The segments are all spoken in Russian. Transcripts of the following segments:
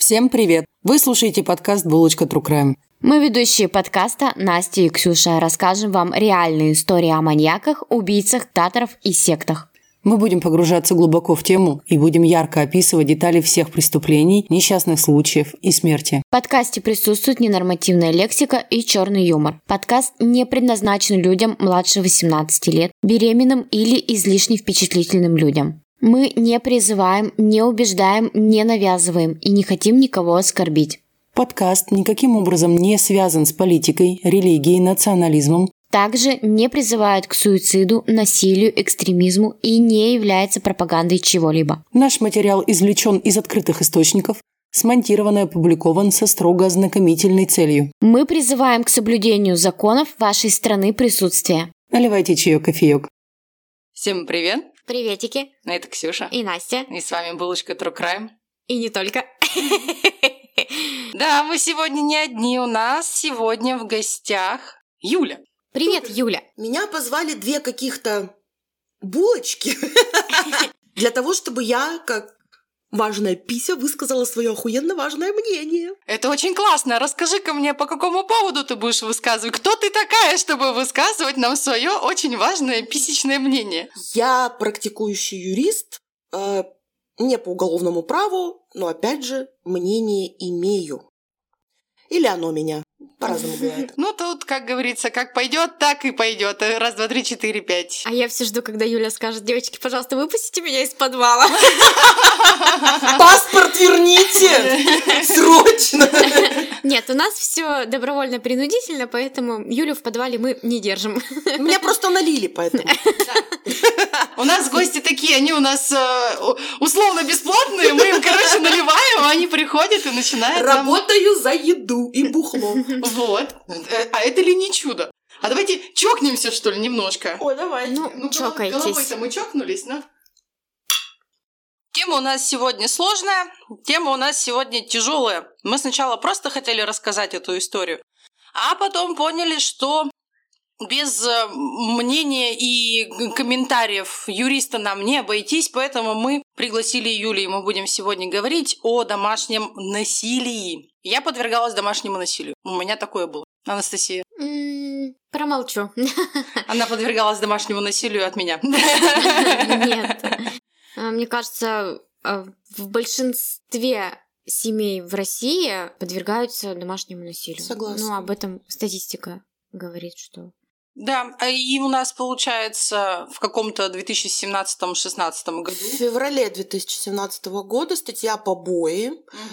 Всем привет! Вы слушаете подкаст «Булочка True Crime». Мы ведущие подкаста Настя и Ксюша. Расскажем вам реальные истории о маньяках, убийцах, таторов и сектах. Мы будем погружаться глубоко в тему и будем ярко описывать детали всех преступлений, несчастных случаев и смерти. В подкасте присутствует ненормативная лексика и черный юмор. Подкаст не предназначен людям младше 18 лет, беременным или излишне впечатлительным людям. Мы не призываем, не убеждаем, не навязываем и не хотим никого оскорбить. Подкаст никаким образом не связан с политикой, религией, национализмом. Также не призывает к суициду, насилию, экстремизму и не является пропагандой чего-либо. Наш материал извлечен из открытых источников, смонтирован и опубликован со строго ознакомительной целью. Мы призываем к соблюдению законов вашей страны присутствия. Наливайте чаек-кофеек. Всем привет! Приветики. Это Ксюша. И Настя. И с вами Булочка True Crime. И не только. Да, мы сегодня не одни. У нас сегодня в гостях Юля. Привет, Юля. Меня позвали две каких-то булочки для того, чтобы я, как важная пися, высказала свое охуенно важное мнение. Это очень классно. Расскажи-ка мне, по какому поводу ты будешь высказывать? Кто ты такая, чтобы высказывать нам свое очень важное писечное мнение? Я практикующий юрист, не по уголовному праву, но, опять же, мнение имею. Или оно меня. По-разному бывает. Ну, тут, как говорится, как пойдет, так и пойдет. Раз, два, три, четыре, пять. А я все жду, когда Юля скажет: девочки, пожалуйста, выпустите меня из подвала. Паспорт верните! Срочно! Нет, у нас все добровольно-принудительно, поэтому Юлю в подвале мы не держим. Меня просто налили, поэтому. У нас гости такие, они у нас условно бесплатные, мы им, короче, наливаем, а они приходят и начинают Работаю за еду и бухло. Вот. А это ли не чудо? А давайте чокнемся, что ли, немножко. Ой, давай. Ну, чокайтесь. Головой-то мы чокнулись, да? Тема у нас сегодня сложная, тема у нас сегодня тяжелая. Мы сначала просто хотели рассказать эту историю, а потом поняли, что без мнения и комментариев юриста нам не обойтись, поэтому мы пригласили Юлю, и мы будем сегодня говорить о домашнем насилии. Я подвергалась домашнему насилию. У меня такое было. Анастасия. Промолчу. Она подвергалась домашнему насилию от меня. Нет. Мне кажется, в большинстве семей в России подвергаются домашнему насилию. Согласна. Ну, об этом статистика говорит, что... Да, и у нас, получается, в каком-то 2017-16 году. В феврале 2017 года статья «Побои»,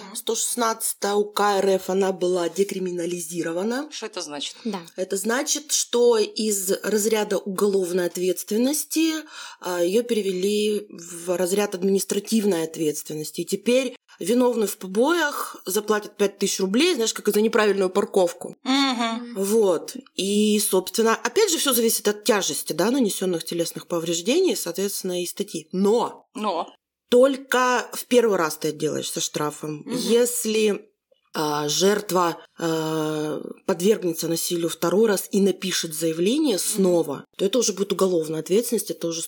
116 УК РФ, она была декриминализирована. Что это значит? Да. Это значит, что из разряда уголовной ответственности ее перевели в разряд административной ответственности. И теперь виновный в побоях заплатит 5000 рублей, знаешь, как за неправильную парковку. Вот. И, собственно, опять же, все зависит от тяжести, да, нанесенных телесных повреждений, соответственно, и статьи. Но только в первый раз ты отделаешься штрафом. Если жертва подвергнется насилию второй раз и напишет заявление снова, то это уже будет уголовная ответственность, это уже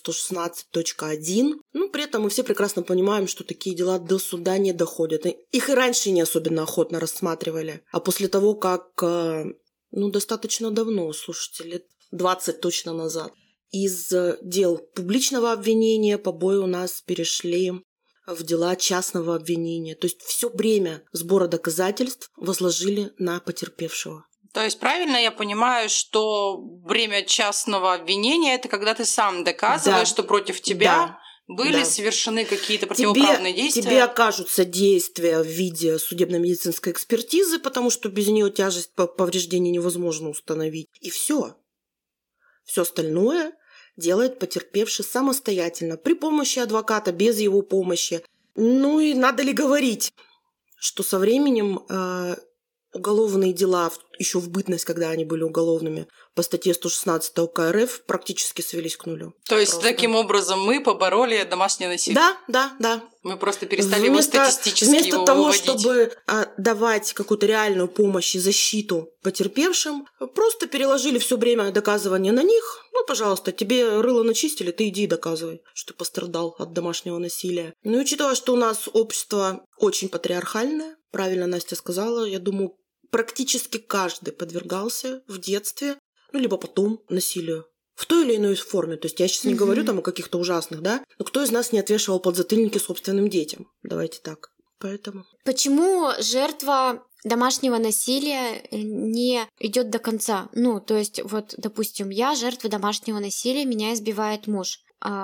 116.1. Ну, при этом мы все прекрасно понимаем, что такие дела до суда не доходят. Их и раньше не особенно охотно рассматривали. А после того, как, достаточно давно, слушайте, лет 20 точно назад, из дел публичного обвинения побои у нас перешли в дела частного обвинения. То есть все бремя сбора доказательств возложили на потерпевшего. То есть правильно я понимаю, что бремя частного обвинения – это когда ты сам доказываешь, что против тебя были совершены какие-то противоправные действия? Тебе окажутся действия в виде судебно-медицинской экспертизы, потому что без нее тяжесть повреждений невозможно установить. И все. Все остальное делает потерпевший самостоятельно, при помощи адвоката, без его помощи. Ну и надо ли говорить, что со временем уголовные дела, еще в бытность, когда они были уголовными, по статье 116 УК РФ практически свелись к нулю. То есть таким образом мы побороли домашнее насилие? Да. Мы просто перестали его статистически вместо его того, выводить. чтобы давать какую-то реальную помощь и защиту потерпевшим, просто переложили все бремя доказывания на них. Ну, пожалуйста, тебе рыло начистили, ты иди и доказывай, что пострадал от домашнего насилия. Ну и учитывая, что у нас общество очень патриархальное, правильно Настя сказала. Я думаю, практически каждый подвергался в детстве, либо потом насилию. В той или иной форме. То есть я сейчас не говорю там о каких-то ужасных, да? Но кто из нас не отвешивал подзатыльники собственным детям? Давайте так. Поэтому... Почему жертва домашнего насилия не идет до конца? То есть, вот, допустим, я жертва домашнего насилия, меня избивает муж.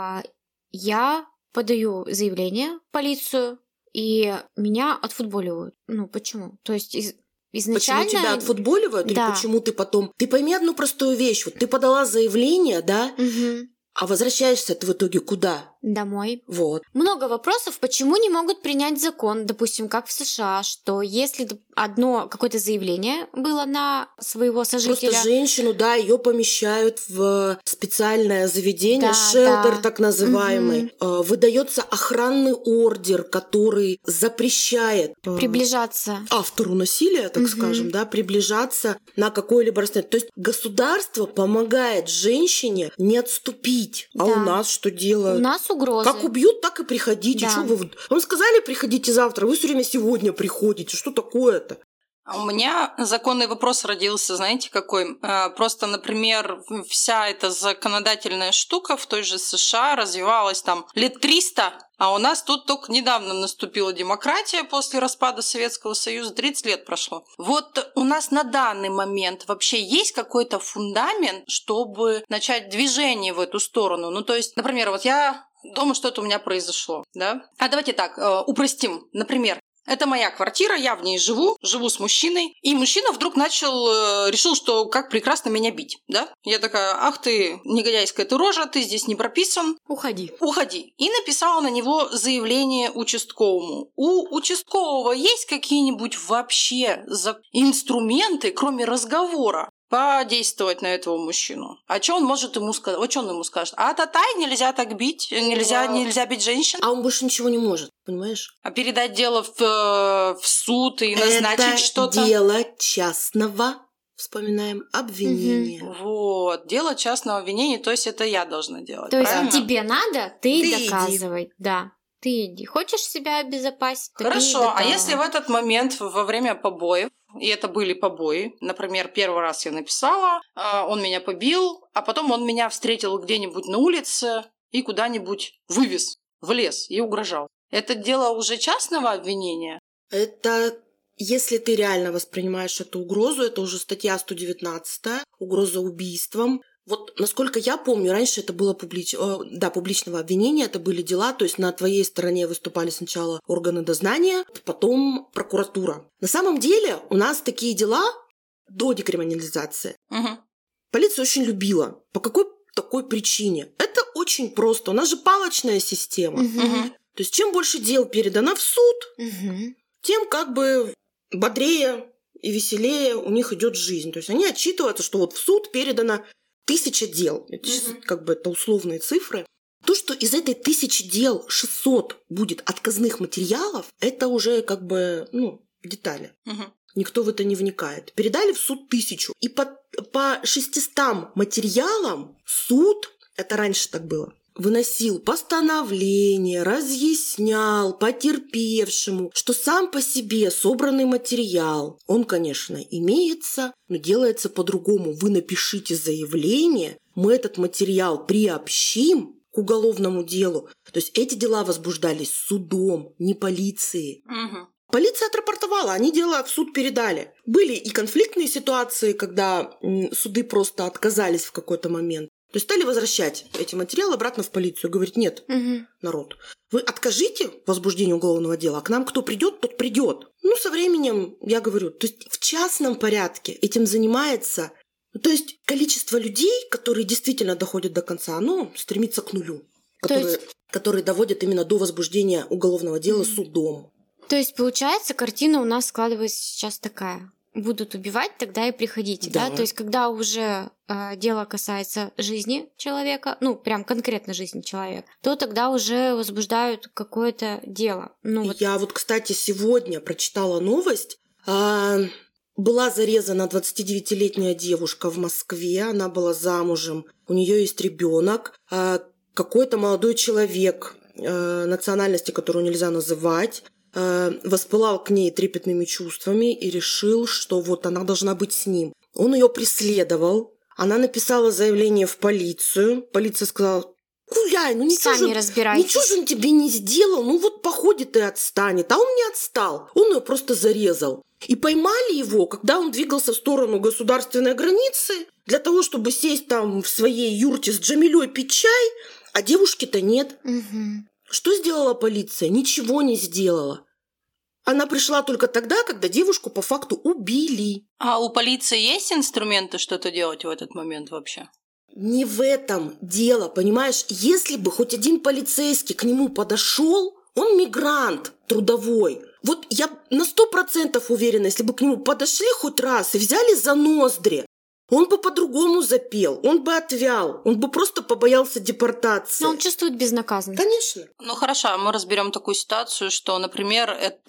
Я подаю заявление в полицию, и меня отфутболивают. Почему? То есть изначально... Почему тебя отфутболивают? Да. Или почему ты потом... Ты пойми одну простую вещь. Вот ты подала заявление, да? Угу. А возвращаешься ты в итоге куда? Домой. Вот. Много вопросов, почему не могут принять закон, допустим, как в США, что если одно какое-то заявление было на своего сожителя... Просто женщину, да, ее помещают в специальное заведение, Да, шелтер да. так называемый. Выдается охранный ордер, который запрещает приближаться автору насилия, так скажем, да, приближаться на какой-либо расстояние. То есть государство помогает женщине не отступить. А Да. у нас что делают? У нас угрозы. Как убьют, так и приходите. Да. Что вы... Вам сказали, приходите завтра, вы все время сегодня приходите. Что такое-то? А у меня законный вопрос родился, знаете, какой? Просто, например, вся эта законодательная штука в той же США развивалась там лет 300, а у нас тут только недавно наступила демократия после распада Советского Союза, 30 лет прошло. Вот у нас на данный момент вообще есть какой-то фундамент, чтобы начать движение в эту сторону? То есть, например, вот я думаю, что-то у меня произошло, да? А давайте так, упростим. Например, это моя квартира, я в ней живу с мужчиной. И мужчина вдруг решил, что как прекрасно меня бить, да? Я такая, ах ты, негодяйская ты рожа, ты здесь не прописан. Уходи. И написала на него заявление участковому. У участкового есть какие-нибудь вообще инструменты, кроме разговора, подействовать на этого мужчину? А что он может ему сказать? Вот что он ему скажет? Татай, нельзя так бить, нельзя бить женщин. А он больше ничего не может, понимаешь? А передать дело в суд и назначить что-то? Это дело частного, вспоминаем, обвинения. Вот, дело частного обвинения, то есть это я должна делать, То есть правильно? тебе надо, ты Ты доказывай. Да. Ты иди. Хочешь себя обезопасить? так Хорошо, иди а доказывай. если в этот момент, во время побоев, и это были побои, например, первый раз я написала, он меня побил, а потом он меня встретил где-нибудь на улице и куда-нибудь вывез в лес и угрожал. Это дело уже частного обвинения? Это, если ты реально воспринимаешь эту угрозу, это уже статья 119, угроза убийством. Вот, насколько я помню, раньше это было публичного обвинения, это были дела, то есть на твоей стороне выступали сначала органы дознания, потом прокуратура. На самом деле у нас такие дела до декриминализации полиция очень любила. По какой такой причине? Это очень просто. У нас же палочная система. То есть чем больше дел передано в суд, тем как бы бодрее и веселее у них идет жизнь. То есть они отчитываются, что вот в суд передано 1000 дел. Это как бы это условные цифры. То, что из этой 1000 дел 600 будет отказных материалов, это уже как бы, детали. Никто в это не вникает. Передали в суд 1000. И по 600 материалам суд, это раньше так было, выносил постановление, разъяснял потерпевшему, что сам по себе собранный материал, он, конечно, имеется, но делается по-другому. Вы напишите заявление, мы этот материал приобщим к уголовному делу. То есть эти дела возбуждались судом, не полицией. Полиция отрапортовала, они дело в суд передали. Были и конфликтные ситуации, когда суды просто отказались в какой-то момент. То есть стали возвращать эти материалы обратно в полицию. Говорит, нет, народ, вы откажите в возбуждении уголовного дела, а к нам кто придет, тот придет. Со временем, я говорю, то есть в частном порядке этим занимается, то есть количество людей, которые действительно доходят до конца, оно стремится к нулю, которые доводят именно до возбуждения уголовного дела судом. То есть, получается, картина у нас складывается сейчас такая. Будут убивать, тогда и приходите, да? То есть, когда уже дело касается жизни человека, прям конкретно жизни человека, то тогда уже возбуждают какое-то дело. Я кстати, сегодня прочитала новость. Была зарезана 29-летняя девушка в Москве, она была замужем, у нее есть ребенок. Какой-то молодой человек национальности, которую нельзя называть, воспылал к ней трепетными чувствами и решил, что вот она должна быть с ним. Он ее преследовал. Она написала заявление в полицию. Полиция сказала: гуляй, ничего же он тебе не сделал, вот походит и отстанет. А он не отстал, он ее просто зарезал. И поймали его, когда он двигался в сторону государственной границы, для того, чтобы сесть там в своей юрте с Джамилей пить чай, а девушки-то нет. Угу. Что сделала полиция? Ничего не сделала. Она пришла только тогда, когда девушку по факту убили. А у полиции есть инструменты что-то делать в этот момент вообще? Не в этом дело, понимаешь? Если бы хоть один полицейский к нему подошел, он мигрант трудовой. Вот я на 100% уверена, если бы к нему подошли хоть раз и взяли за ноздри, он бы по-другому запел, он бы отвял, он бы просто побоялся депортации. Но он чувствует безнаказанность. Конечно. Ну хорошо, мы разберем такую ситуацию, что, например,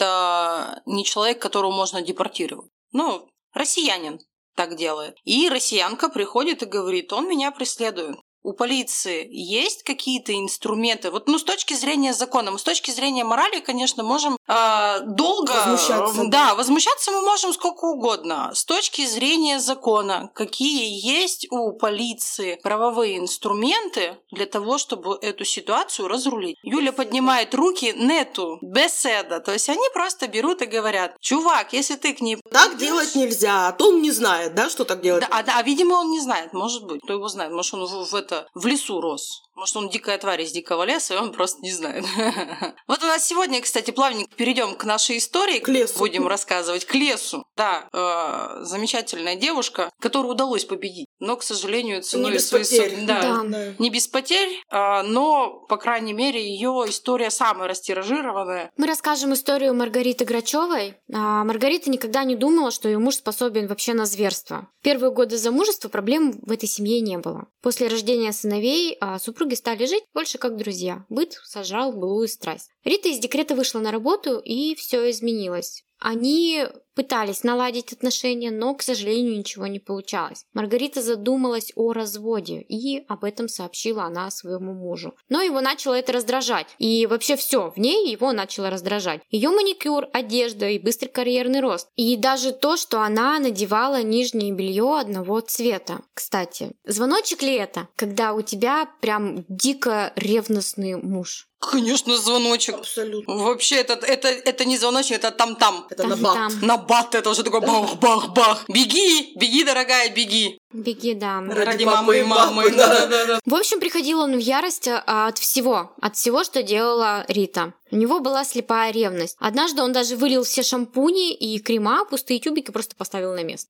это не человек, которого можно депортировать. Россиянин так делает. И россиянка приходит и говорит: он меня преследует. У полиции есть какие-то инструменты? с точки зрения закона, мы с точки зрения морали, конечно, можем долго... Возмущаться. Да, возмущаться мы можем сколько угодно. С точки зрения закона, какие есть у полиции правовые инструменты для того, чтобы эту ситуацию разрулить? Юля поднимает руки, нету, беседа. То есть они просто берут и говорят: чувак, если ты к ней... Так делать нельзя, а то он не знает, да, что так делать? Да, видимо, он не знает, может быть, кто его знает. Может, он в лесу рос. Может, он дикая тварь из дикого леса, и он просто не знает. Вот у нас сегодня, кстати, плавненько перейдем к нашей истории. К лесу. Будем рассказывать. К лесу. Да, замечательная девушка, которую удалось победить. Но, к сожалению, ценой... Не без потерь. Да, не без потерь, но, по крайней мере, ее история самая растиражированная. Мы расскажем историю Маргариты Грачевой. Маргарита никогда не думала, что ее муж способен вообще на зверство. В первые годы замужества проблем в этой семье не было. После рождения сыновей супруги стали жить больше как друзья. Быт сожрал былую страсть. Рита из декрета вышла на работу, и все изменилось. Они пытались наладить отношения, но, к сожалению, ничего не получалось. Маргарита задумалась о разводе, и об этом сообщила она своему мужу. Но его начало это раздражать. И вообще все в ней его начало раздражать. Ее маникюр, одежда и быстрый карьерный рост. И даже то, что она надевала нижнее белье одного цвета. Кстати, звоночек ли это, когда у тебя прям дико ревностный муж? Конечно, звоночек. Абсолютно. Вообще, это не звоночек, это там-там. Это набат. Набат, это уже такой бах-бах-бах. Беги, дорогая, беги. Беги, да. Ради мамы и мамы. Да. В общем, приходил он в ярость от всего, что делала Рита. У него была слепая ревность. Однажды он даже вылил все шампуни и крема, пустые тюбики просто поставил на место.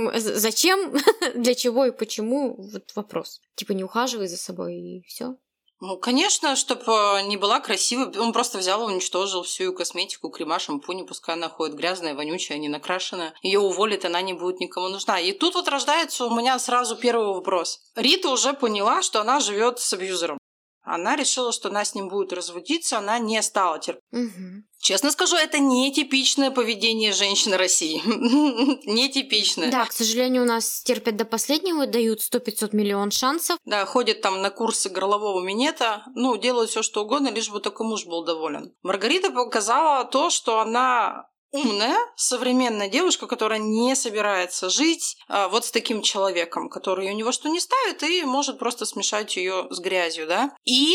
Зачем, для чего и почему? Вот вопрос. Не ухаживай за собой и все. Конечно, чтобы не была красивой, он просто взял и уничтожил всю ее косметику, крема, шампуни, пускай она ходит грязная, вонючая, не накрашенная. Ее уволят, она не будет никому нужна. И тут рождается у меня сразу первый вопрос. Рита уже поняла, что она живет с абьюзером. Она решила, что она с ним будет разводиться, она не стала терпеть. Угу. Честно скажу, это не типичное поведение женщин России. Нетипичное. Да, к сожалению, у нас терпят до последнего, дают 100-500 миллион шансов. Да, ходят там на курсы горлового минета, делают все что угодно, лишь бы только муж был доволен. Маргарита показала то, что она умная, современная девушка, которая не собирается жить вот с таким человеком, который ее ни во что не ставит и может просто смешать ее с грязью, да? И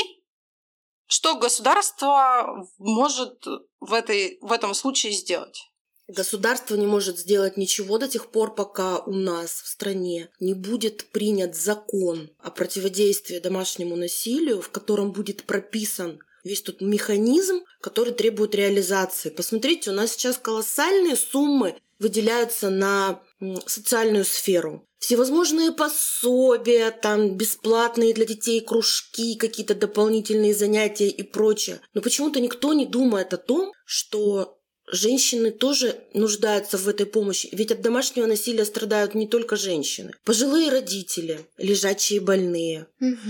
что государство может в этом случае сделать? Государство не может сделать ничего до тех пор, пока у нас в стране не будет принят закон о противодействии домашнему насилию, в котором будет прописан весь тот механизм, который требует реализации. Посмотрите, у нас сейчас колоссальные суммы выделяются на социальную сферу. Всевозможные пособия, бесплатные для детей кружки, какие-то дополнительные занятия и прочее. Но почему-то никто не думает о том, что женщины тоже нуждаются в этой помощи. Ведь от домашнего насилия страдают не только женщины. Пожилые родители, лежачие больные,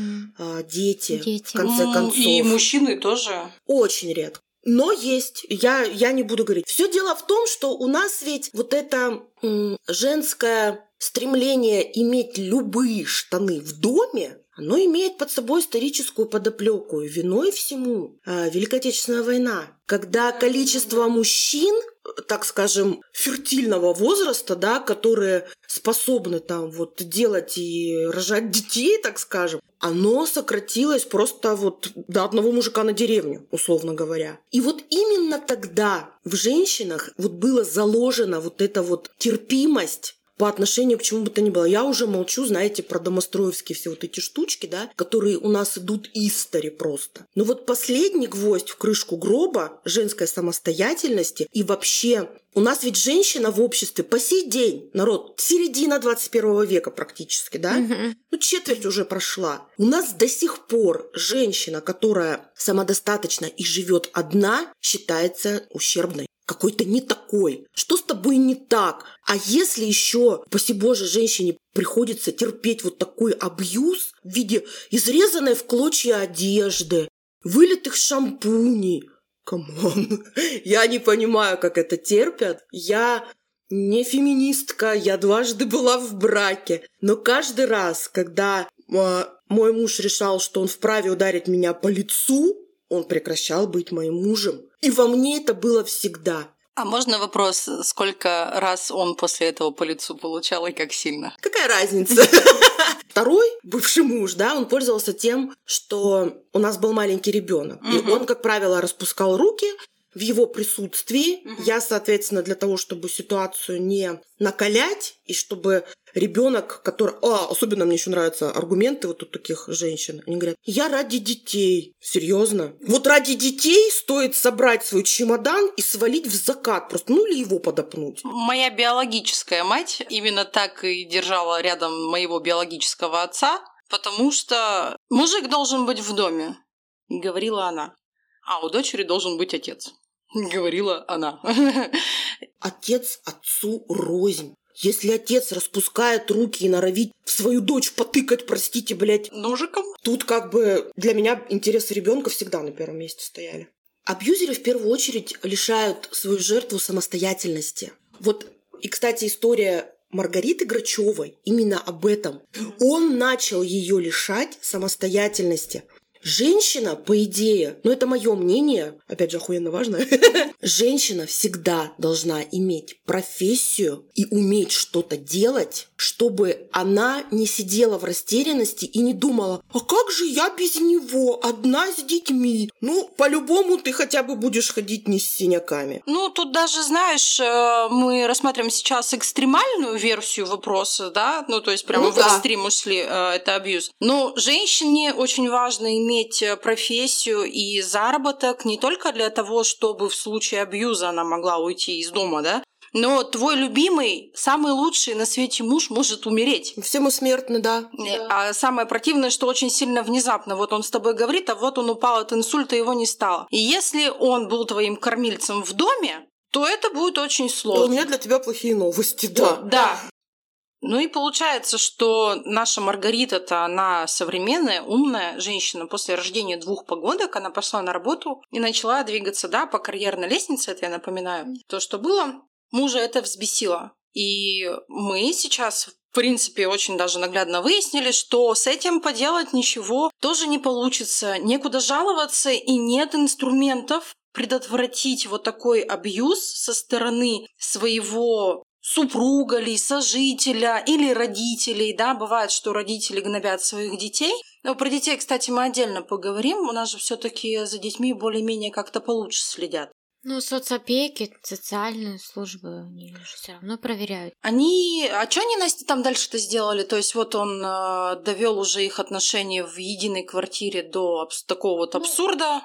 дети, в конце концов. И мужчины тоже. Очень редко. Но есть, я не буду говорить. Все дело в том, что у нас ведь вот это женское стремление иметь любые штаны в доме, оно имеет под собой историческую подоплеку. И виной всему Великая Отечественная война, когда количество мужчин, так скажем, фертильного возраста, да, которые способны там вот делать и рожать детей, так скажем, оно сократилось просто вот до одного мужика на деревню, условно говоря. И вот именно тогда в женщинах вот была заложена вот эта вот терпимость по отношению к чему бы то ни было. Я уже молчу, знаете, про домостроевские все вот эти штучки, да, которые у нас идут истори просто. Но вот последний гвоздь в крышку гроба женской самостоятельности и вообще у нас ведь женщина в обществе по сей день, народ, середина 21 века практически, да? Ну, четверть уже прошла. У нас до сих пор женщина, которая самодостаточна и живет одна, считается ущербной. Какой-то не такой. Что с тобой не так? А если еще, упаси Боже, женщине приходится терпеть вот такой абьюз в виде изрезанной в клочья одежды, вылитых шампуней. Камон. Я не понимаю, как это терпят. Я не феминистка, я дважды была в браке. Но каждый раз, когда мой муж решал, что он вправе ударить меня по лицу, он прекращал быть моим мужем. И во мне это было всегда. А можно вопрос, сколько раз он после этого по лицу получал и как сильно? Какая разница? Второй бывший муж, да, он пользовался тем, что у нас был маленький ребенок. И он, как правило, распускал руки в его присутствии. Я, соответственно, для того, чтобы ситуацию не накалять, и чтобы ребенок, который... особенно мне еще нравятся аргументы вот у таких женщин. Они говорят, я ради детей. Серьезно? Вот ради детей стоит собрать свой чемодан и свалить в закат просто. Ну или его подопнуть. Моя биологическая мать именно так и держала рядом моего биологического отца, потому что мужик должен быть в доме, говорила она. А у дочери должен быть отец, говорила она. Отец отцу рознь. Если отец распускает руки и норовит в свою дочь потыкать, простите, блядь, ножиком, тут как бы для меня интересы ребенка всегда на первом месте стояли. Абьюзеры в первую очередь лишают свою жертву самостоятельности. Вот, и, кстати, история Маргариты Грачевой именно об этом. Он начал ее лишать самостоятельности. Женщина, по идее, но это мое мнение, опять же, охуенно важно, женщина всегда должна иметь профессию и уметь что-то делать, чтобы она не сидела в растерянности и не думала, а как же я без него, одна с детьми? Ну, по-любому ты хотя бы будешь ходить не с синяками. Ну, тут даже, знаешь, мы рассматриваем сейчас экстремальную версию вопроса, да, ну, то есть прямо в экстрим ушли, это абьюз. Но женщине очень важно иметь профессию и заработок не только для того, чтобы в случае абьюза она могла уйти из дома, да, но твой любимый, самый лучший на свете муж может умереть. Все мы смертны, да. А самое противное, что очень сильно внезапно. Вот он с тобой говорит, а вот он упал от инсульта, его не стало. И если он был твоим кормильцем в доме, то это будет очень сложно. То у меня для тебя плохие новости, да. Да. Ну и получается, что наша Маргарита-то, она современная, умная женщина. После рождения 2 погодок она пошла на работу и начала двигаться, да, по карьерной лестнице, это я напоминаю. То, что было, мужа это взбесило. И мы сейчас, в принципе, очень даже наглядно выяснили, что с этим поделать ничего тоже не получится. Некуда жаловаться и нет инструментов предотвратить вот такой абьюз со стороны своего супруга ли, сожителя или родителей, да, бывает, что родители гнобят своих детей. Но про детей, кстати, мы отдельно поговорим, у нас же все-таки за детьми более-менее как-то получше следят. Ну, соцопеки, социальные службы, они же все равно проверяют. А что они, Настя, там дальше-то сделали? То есть вот он довел уже их отношения в единой квартире до такого вот абсурда.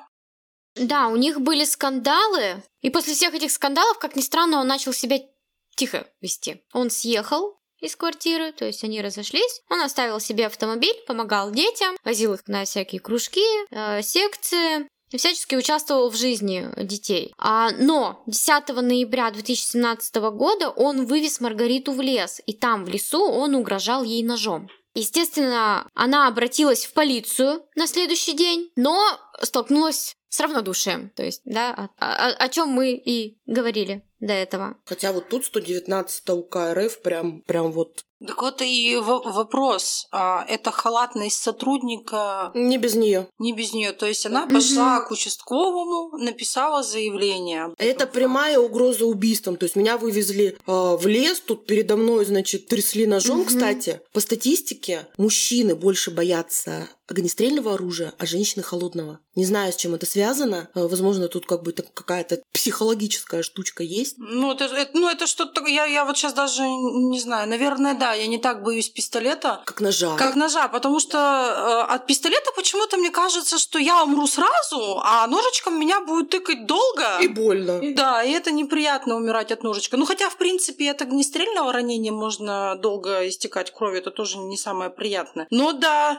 Да, у них были скандалы, и после всех этих скандалов, как ни странно, он начал себя тихо вести. Он съехал из квартиры, то есть они разошлись. Он оставил себе автомобиль, помогал детям, возил их на всякие кружки, секции, и всячески участвовал в жизни детей. Но 10 ноября 2017 года он вывез Маргариту в лес, и там, в лесу, он угрожал ей ножом. Естественно, она обратилась в полицию на следующий день, но столкнулась с равнодушием. То есть, да, о чем мы и говорили до этого. Хотя вот тут 119 УК РФ прям вот... Так вот и вопрос. Это халатность сотрудника? Не без нее. Не без нее. То есть она пошла к участковому, написала заявление. Это прямая угроза убийством. То есть меня вывезли в лес, тут передо мной, значит, трясли ножом. Кстати, по статистике мужчины больше боятся огнестрельного оружия, а женщины холодного. Не знаю, с чем это связано. Возможно, тут как бы какая-то психологическая штучка есть. Это что-то... Я вот сейчас даже не знаю. Наверное, да. Я не так боюсь пистолета. Как ножа. Как ножа. Потому что от пистолета почему-то мне кажется, что я умру сразу, а ножичком меня будет тыкать долго. И больно. Да, и это неприятно умирать от ножичка. Ну, хотя, в принципе, от огнестрельного ранения можно долго истекать кровью. Это тоже не самое приятное. Но да,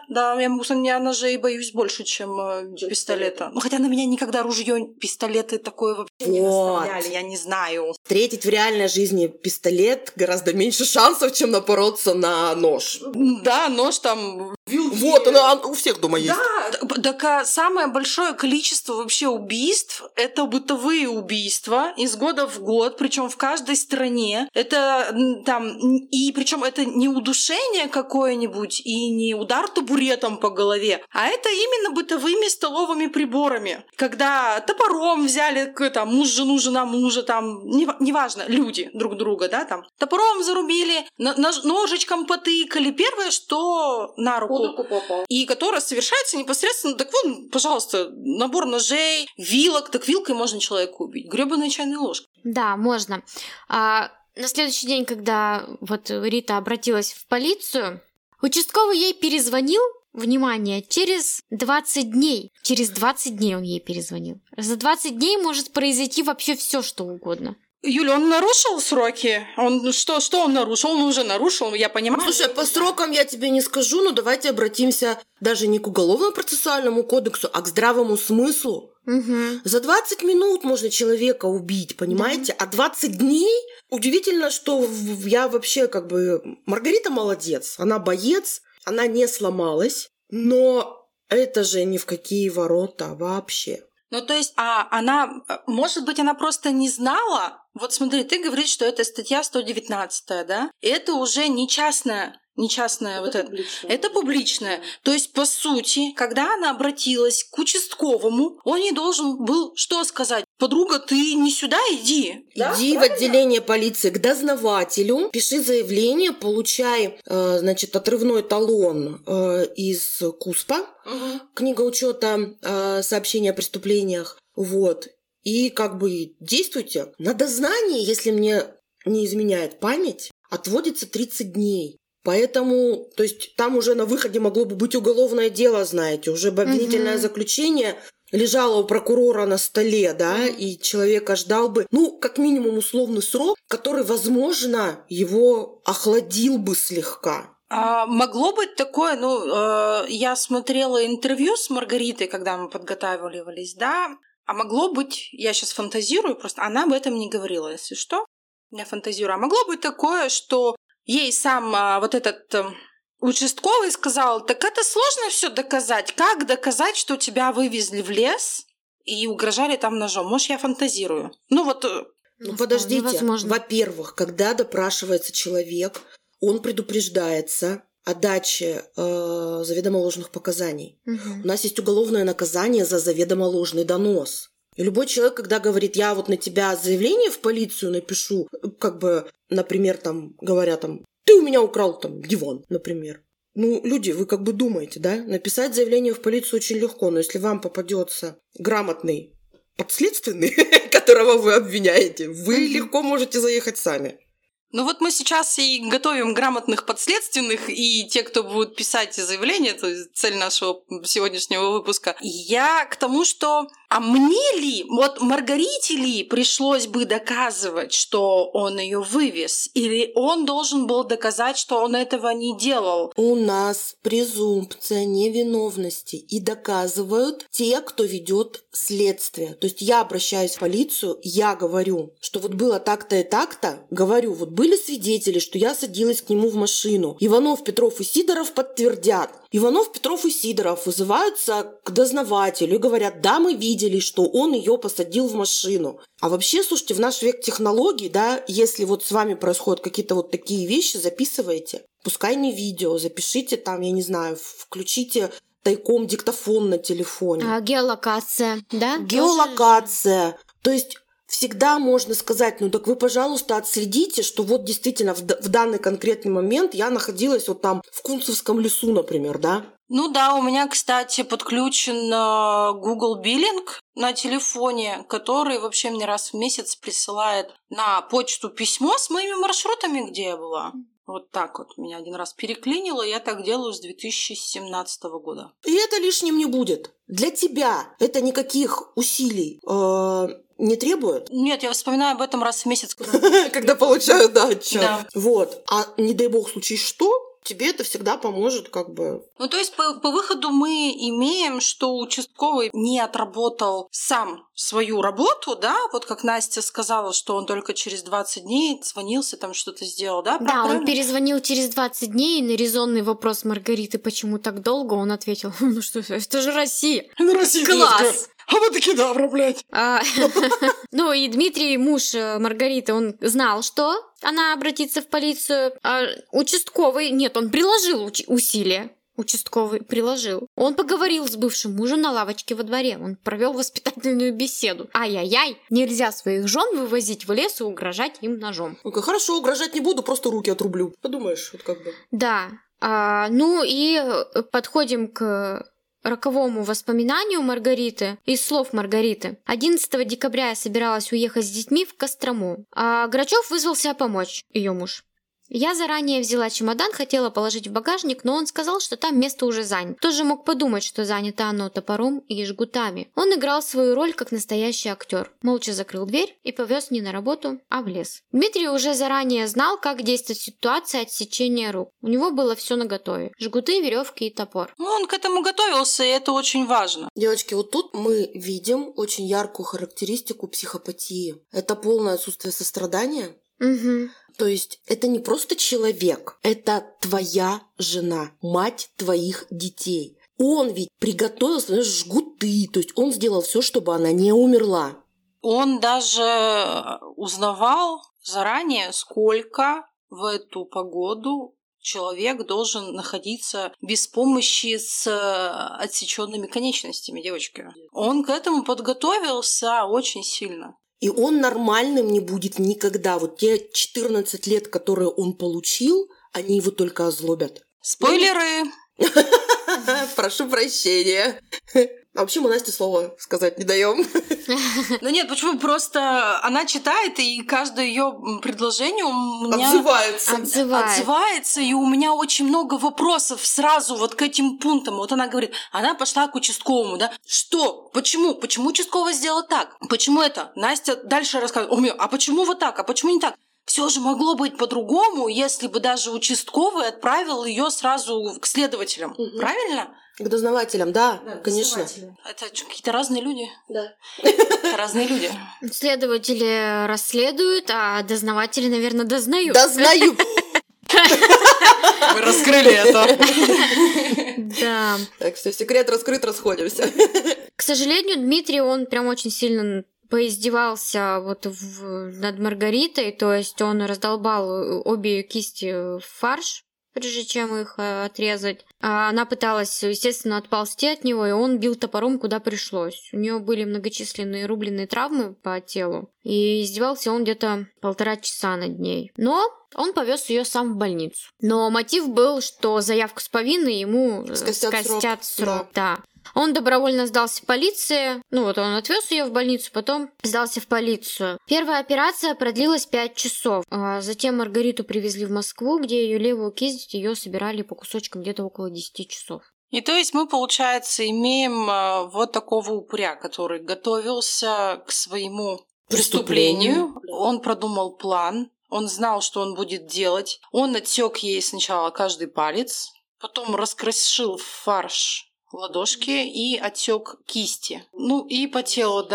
я ножей боюсь больше, чем пистолета. Ну, хотя на меня никогда ружье, пистолеты такое вообще не наставляли, я не знаю. Встретить в реальной жизни пистолет гораздо меньше шансов, чем напороться на нож. Да, нож там... Вот, она у всех дома есть. Да, так самое большое количество вообще убийств – это бытовые убийства из года в год, причем в каждой стране. Это там, и причем это не удушение какое-нибудь и не удар табуретом по голове, а это именно бытовыми столовыми приборами. Когда топором взяли там, муж жену, жена мужа, там, неважно, люди друг друга, да, там, топором зарубили, ножичком потыкали. Первое, что на руку. И которая совершается непосредственно, так вон, пожалуйста, набор ножей, вилок, так вилкой можно человека убить. Грёбаная чайная ложка. Да, можно. На следующий день, когда вот Рита обратилась в полицию, участковый ей перезвонил, внимание, через 20 дней. Через 20 дней он ей перезвонил. За 20 дней может произойти вообще все, что угодно. Юля, он нарушил сроки? Что он нарушил? Он уже нарушил, я понимаю. Слушай, по срокам я тебе не скажу, но давайте обратимся даже не к Уголовно-процессуальному кодексу, а к здравому смыслу. За 20 минут можно человека убить, понимаете? А 20 дней? Удивительно, что я вообще Маргарита молодец, она боец, она не сломалась, но это же ни в какие ворота вообще. Ну, то есть, она, может быть, она просто не знала. Вот смотри, ты говоришь, что это статья 119, да? Это уже не частная это публичное. То есть, по сути, когда она обратилась к участковому, он ей должен был что сказать? Подруга, ты не сюда иди. Иди в отделение полиции к дознавателю, пиши заявление, получай, отрывной талон из КУСПа, книга учета сообщений о преступлениях, вот. И действуйте. На дознание, если мне не изменяет память, отводится 30 дней. Поэтому, то есть там уже на выходе могло бы быть уголовное дело, знаете, уже обвинительное заключение лежало у прокурора на столе, да, и человека ждал бы, как минимум условный срок, который, возможно, его охладил бы слегка. Могло быть такое, я смотрела интервью с Маргаритой, когда мы подготавливались, да, а могло быть, я сейчас фантазирую, просто она об этом не говорила, если что, я фантазирую, а могло быть такое, что ей сам вот этот участковый сказал, так это сложно все доказать. Как доказать, что тебя вывезли в лес и угрожали там ножом? Может, я фантазирую? Подождите. Во-первых, когда допрашивается человек, он предупреждается о даче заведомо ложных показаний. У нас есть уголовное наказание за заведомо ложный донос. И любой человек, когда говорит, я вот на тебя заявление в полицию напишу, например, говорят, ты у меня украл диван, например. Люди, вы думаете, да? Написать заявление в полицию очень легко, но если вам попадется грамотный подследственный, которого вы обвиняете, вы легко можете заехать сами. Мы сейчас и готовим грамотных подследственных, и те, кто будут писать заявления, то есть цель нашего сегодняшнего выпуска. Я к тому, что мне ли, Маргарите ли пришлось бы доказывать, что он ее вывез, или он должен был доказать, что он этого не делал? У нас презумпция невиновности, и доказывают те, кто ведет следствие. То есть я обращаюсь в полицию, я говорю, что было так-то и так-то, говорю, были свидетели, что я садилась к нему в машину. Иванов, Петров и Сидоров подтвердят. Иванов, Петров и Сидоров вызываются к дознавателю и говорят, да, мы видели видели, что он ее посадил в машину. А вообще, слушайте, в наш век технологий, да, если вот с вами происходят какие-то вот такие вещи, записывайте. Пускай не видео, запишите там, я не знаю, включите тайком диктофон на телефоне. Геолокация, да? Геолокация. То есть всегда можно сказать, ну так вы, пожалуйста, отследите, что вот действительно в данный конкретный момент я находилась вот там в Кунцевском лесу, например, да? Ну да, у меня, кстати, подключен Google Billing на телефоне, который вообще мне раз в месяц присылает на почту письмо с моими маршрутами, где я была. Вот так вот меня один раз переклинило, я так делаю с 2017 года. И это лишним не будет. Для тебя это никаких усилий не требует? Нет, я вспоминаю об этом раз в месяц. Когда получаю, да, отчет. Да. Вот. А не дай бог случись что, тебе это всегда поможет как бы... Ну, то есть по выходу мы имеем, что участковый не отработал сам свою работу, да, вот как Настя сказала, что он только через 20 дней звонился, там что-то сделал, да? Да, он перезвонил через 20 дней, и на резонный вопрос Маргариты, почему так долго, он ответил, ну что, это же Россия. Ну, Россия. Класс! А вот таки добро, блядь. Ну и Дмитрий, муж Маргариты, он знал, что она обратится в полицию. А участковый, нет, он приложил усилия. Участковый приложил. Он поговорил с бывшим мужем на лавочке во дворе. Он провел воспитательную беседу. Ай-яй-яй, нельзя своих жен вывозить в лес и угрожать им ножом. Ну-ка, хорошо, угрожать не буду, просто руки отрублю. Подумаешь, вот как бы. Да. Ну и подходим к роковому воспоминанию Маргариты, из слов Маргариты. 11 декабря я собиралась уехать с детьми в Кострому, а Грачев вызвался помочь, ее муж. Я заранее взяла чемодан, хотела положить в багажник, но он сказал, что там место уже занято. Кто же мог подумать, что занято оно топором и жгутами? Он играл свою роль как настоящий актер. Молча закрыл дверь и повез не на работу, а в лес. Дмитрий уже заранее знал, как действовать в ситуации отсечения рук. У него было все наготове. Жгуты, веревки и топор. Ну, он к этому готовился, и это очень важно. Девочки, вот тут мы видим очень яркую характеристику психопатии. Это полное отсутствие сострадания. Угу. То есть это не просто человек, это твоя жена, мать твоих детей. Он ведь приготовил, знаешь, жгуты, то есть он сделал все, чтобы она не умерла. Он даже узнавал заранее, сколько в эту погоду человек должен находиться без помощи с отсеченными конечностями, девочки. Он к этому подготовился очень сильно. И он нормальным не будет никогда. Вот те 14 лет, которые он получил, они его только озлобят. Спойлеры! Прошу прощения. А вообще мы Насте слово сказать не даем. Ну нет, почему? Просто она читает, и каждое ее предложение у меня отзывается, и у меня очень много вопросов сразу вот к этим пунктам. Вот она говорит, она пошла к участковому, да? Что? Почему? Почему участковый сделал так? Почему это? Настя дальше рассказывает, а почему вот так? А почему не так? Все же могло быть по-другому, если бы даже участковый отправил ее сразу к следователям. Угу. Правильно? К дознавателям, да, конечно. Это какие-то разные люди. Да. Разные люди. Следователи расследуют, а дознаватели, наверное, дознают. Дознают! Мы раскрыли это. Да. Так что секрет раскрыт, расходимся. К сожалению, Дмитрий, он прям очень сильно поиздевался вот над Маргаритой, то есть он раздолбал обе кисти в фарш, прежде чем их отрезать. А она пыталась, естественно, отползти от него, и он бил топором, куда пришлось. У нее были многочисленные рубленые травмы по телу, и издевался он где-то 1,5 часа над ней. Но он повез ее сам в больницу. Но мотив был, что заявку с повинной ему скостят срок. Да. Он добровольно сдался в полиции. Ну вот он отвез ее в больницу, потом сдался в полицию. Первая операция продлилась 5 часов. Затем Маргариту привезли в Москву, где ее левую кисть ее собирали по кусочкам где-то около 10 часов. И то есть мы, получается, имеем вот такого упыря, который готовился к своему преступлению. Он продумал план. Он знал, что он будет делать. Он отсек ей сначала каждый палец, потом раскрошил в фарш ладошки и отсек кисти. Ну и по телу, да.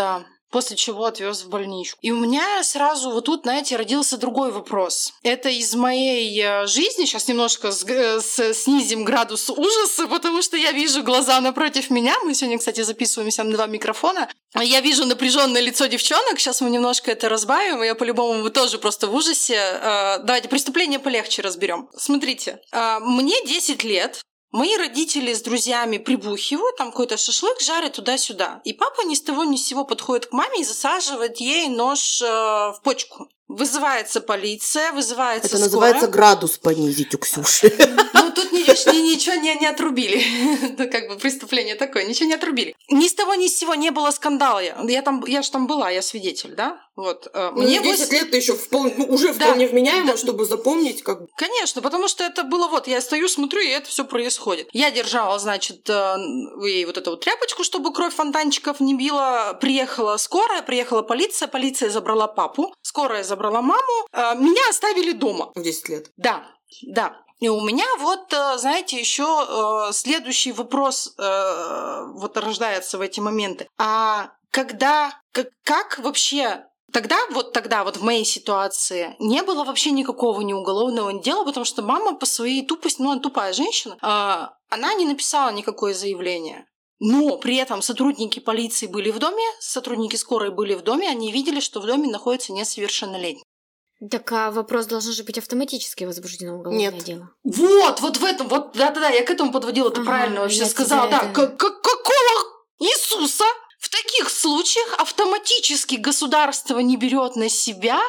после чего отвез в больничку. И у меня сразу вот тут, знаете, родился другой вопрос. Это из моей жизни. Сейчас немножко снизим градус ужаса, потому что я вижу глаза напротив меня. Мы сегодня, кстати, записываемся на 2 микрофона. Я вижу напряженное лицо девчонок. Сейчас мы немножко это разбавим. Я по-любому, вы тоже просто в ужасе. Давайте преступление полегче разберем. Смотрите, мне 10 лет. Мои родители с друзьями прибухивают, там какой-то шашлык жарят туда-сюда. И папа ни с того ни с сего подходит к маме и засаживает ей нож в почку. Вызывается полиция, вызывается скорая. Это называется градус понизить у Ксюши. Ну, тут ничего не отрубили. Это как бы преступление такое, ничего не отрубили. Ни с того ни с сего не было скандала. Я же там была, я свидетель, да? Вот. Мне 10 лет ты еще уже вполне вменяемо, чтобы запомнить. Конечно, потому что это было я стою, смотрю, и это все происходит. Я держала, значит, ей вот эту вот тряпочку, чтобы кровь фонтанчиков не била. Приехала скорая, приехала полиция забрала папу, скорая забрала маму, меня оставили дома. В 10 лет? Да. И у меня знаете, еще следующий вопрос рождается в эти моменты. А как вообще... Тогда в моей ситуации не было вообще никакого уголовного дела, потому что мама по своей тупости, она тупая женщина, она не написала никакое заявление. Но при этом сотрудники полиции были в доме, сотрудники скорой были в доме, они видели, что в доме находится несовершеннолетний. Так а вопрос должен же быть автоматически возбуждено уголовное дело. Вот в этом, да, я к этому подводила, ты правильно вообще сказала. Да, какого Иисуса? В таких случаях автоматически государство не берет на себя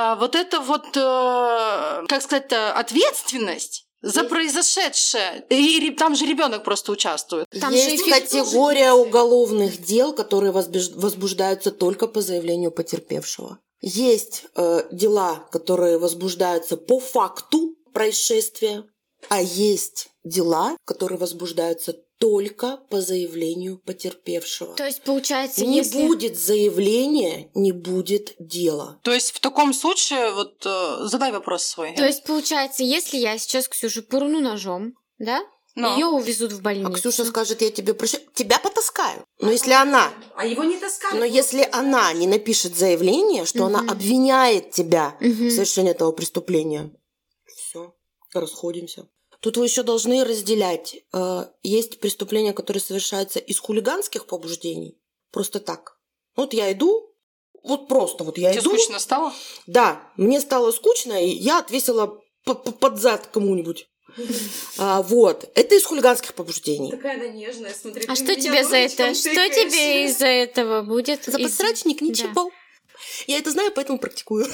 ответственность за произошедшее. И там же ребенок просто участвует. Там есть категория уголовных дел, которые возбуждаются только по заявлению потерпевшего. Есть дела, которые возбуждаются по факту происшествия, а есть дела, которые возбуждаются только по заявлению потерпевшего. То есть, получается, не будет заявления, не будет дела. То есть, в таком случае, задай вопрос свой. То есть, получается, если я сейчас Ксюшу пырну ножом, да? Ее увезут в больницу. А Ксюша скажет, я тебе прошу, тебя потаскаю. Но если она... А его не таскают. Но если она не напишет заявление, что она обвиняет тебя в совершении этого преступления, все, расходимся. Тут вы еще должны разделять. Есть преступления, которые совершаются из хулиганских побуждений. Просто так. Я иду, я иду. Тебе скучно стало? Да, мне стало скучно, и я отвесила под зад кому-нибудь. Это из хулиганских побуждений. Такая она нежная, смотри. А что тебе за это? Что тебе из-за этого будет? За подсрачник ничего. Я это знаю, поэтому практикую.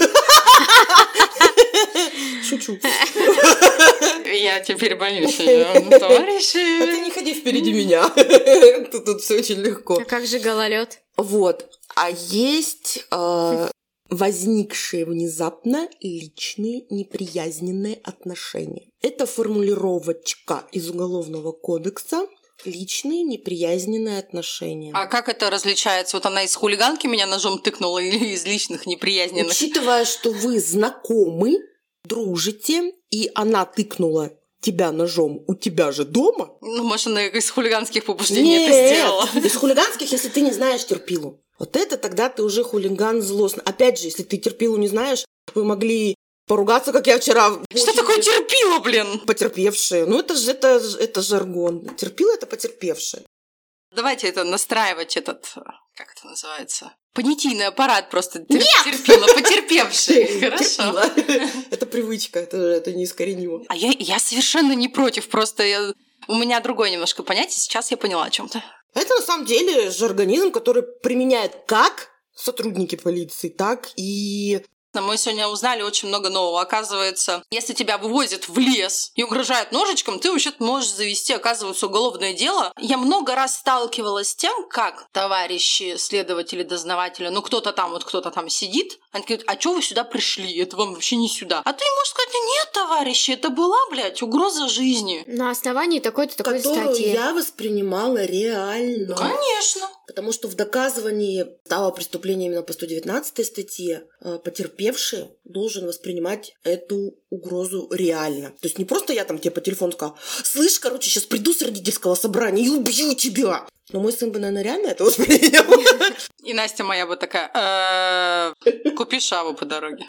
Шучу. Я теперь боюсь ее, товарищи. А ты не ходи впереди меня. Тут все очень легко. А как же гололед? А есть возникшие внезапно личные неприязненные отношения. Это формулировочка из Уголовного кодекса. Личные неприязненные отношения. А как это различается? Она из хулиганки меня ножом тыкнула или из личных неприязненных? Учитывая, что вы знакомы, дружите, и она тыкнула тебя ножом у тебя же дома. Может, она из хулиганских побуждений это сделала? Из хулиганских, если ты не знаешь терпилу. Это тогда ты уже хулиган злостный. Опять же, если ты терпилу не знаешь, вы могли поругаться, как я вчера. Что такое терпила, блин? Потерпевшие. Это жаргон. Терпила — это потерпевшие. Давайте это настраивать как это называется? Понятийный аппарат просто. Нет! Терпила, потерпевшие. Хорошо. Это привычка, это неискоренимо. А я совершенно не против, просто у меня другое немножко понятие, сейчас я поняла о чем-то. Это на самом деле жаргонизм, который применяют как сотрудники полиции, так и... Мы сегодня узнали очень много нового. Оказывается, если тебя вывозят в лес и угрожают ножичком, ты вообще-то можешь завести, оказывается, уголовное дело. Я много раз сталкивалась с тем, как товарищи, следователи, дознаватели, кто-то там сидит, они говорят, а чё вы сюда пришли? Это вам вообще не сюда. А ты можешь сказать, нет, товарищи, это была, угроза жизни. На основании такой-то такой статьи. Которую я воспринимала реально. Конечно. Потому что в доказывании стало преступление именно по 119 статье, потерпевший должен воспринимать эту угрозу реально. То есть не просто я там тебе по телефону сказала: слышь, короче, сейчас приду с родительского собрания и убью тебя. Но мой сын бы, наверное, реально это воспринял. И Настя моя бы такая: купи шаву по дороге.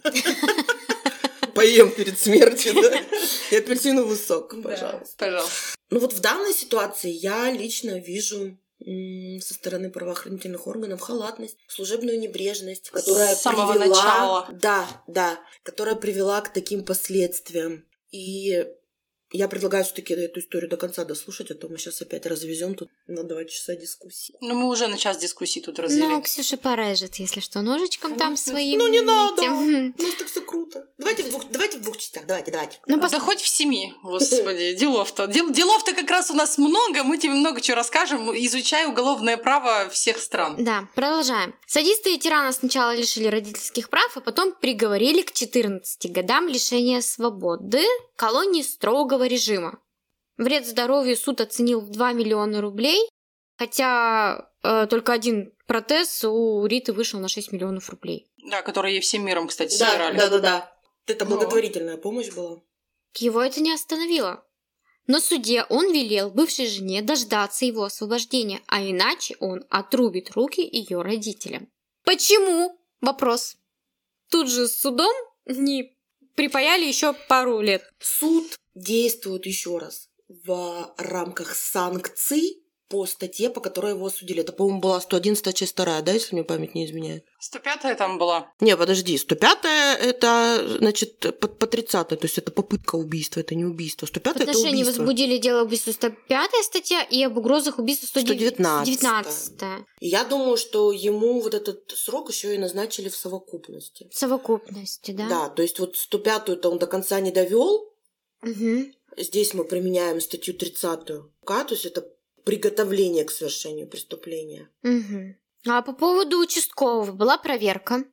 Поем перед смертью, да? И апельсиновый сок, пожалуйста. Пожалуйста. Ну вот в данной ситуации я лично вижу со стороны правоохранительных органов халатность, служебную небрежность, которая с самого привела... начала. Да, которая привела к таким последствиям. И я предлагаю все-таки эту историю до конца дослушать, а то мы сейчас опять развезем тут на 2 часа дискуссии. Ну, мы уже на час дискуссий тут развели. Ну, Ксюша порежет, если что, ножичком там своим. Ну, не надо! У нас так все круто. Давайте в двух частях, давайте. Ну, да хоть в 7, господи, делов-то. Делов-то как раз у нас много, мы тебе много чего расскажем, изучая уголовное право всех стран. Да, продолжаем. Садисты и тирана сначала лишили родительских прав, а потом приговорили к 14 годам лишения свободы колонии строгого режима. Вред здоровью суд оценил в 2 миллиона рублей, хотя только один протез у Риты вышел на 6 миллионов рублей. Да, которые ей всем миром, кстати, собирали. Да. Это благотворительная помощь была. Его это не остановило. На суде он велел бывшей жене дождаться его освобождения, а иначе он отрубит руки ее родителям. Почему? Вопрос. Тут же с судом не припаяли еще пару лет. Суд действует еще раз в рамках санкций по статье, по которой его осудили. Это, по-моему, была 111 часть 2, да, если мне память не изменяет? 105-я там была. Не, подожди, 105-я это, значит, по 30-й, то есть это попытка убийства, это не убийство. 105-я это убийство. В отношении возбудили дело об убийстве 105-я статья и об угрозах убийства 119-я. И я думаю, что ему вот этот срок еще и назначили в совокупности. В совокупности, да? Да, то есть вот 105-ю-то он до конца не довел. Угу. Здесь мы применяем статью 30-ю, то есть это приготовление к совершению преступления. Угу. А по поводу участкового была проверка.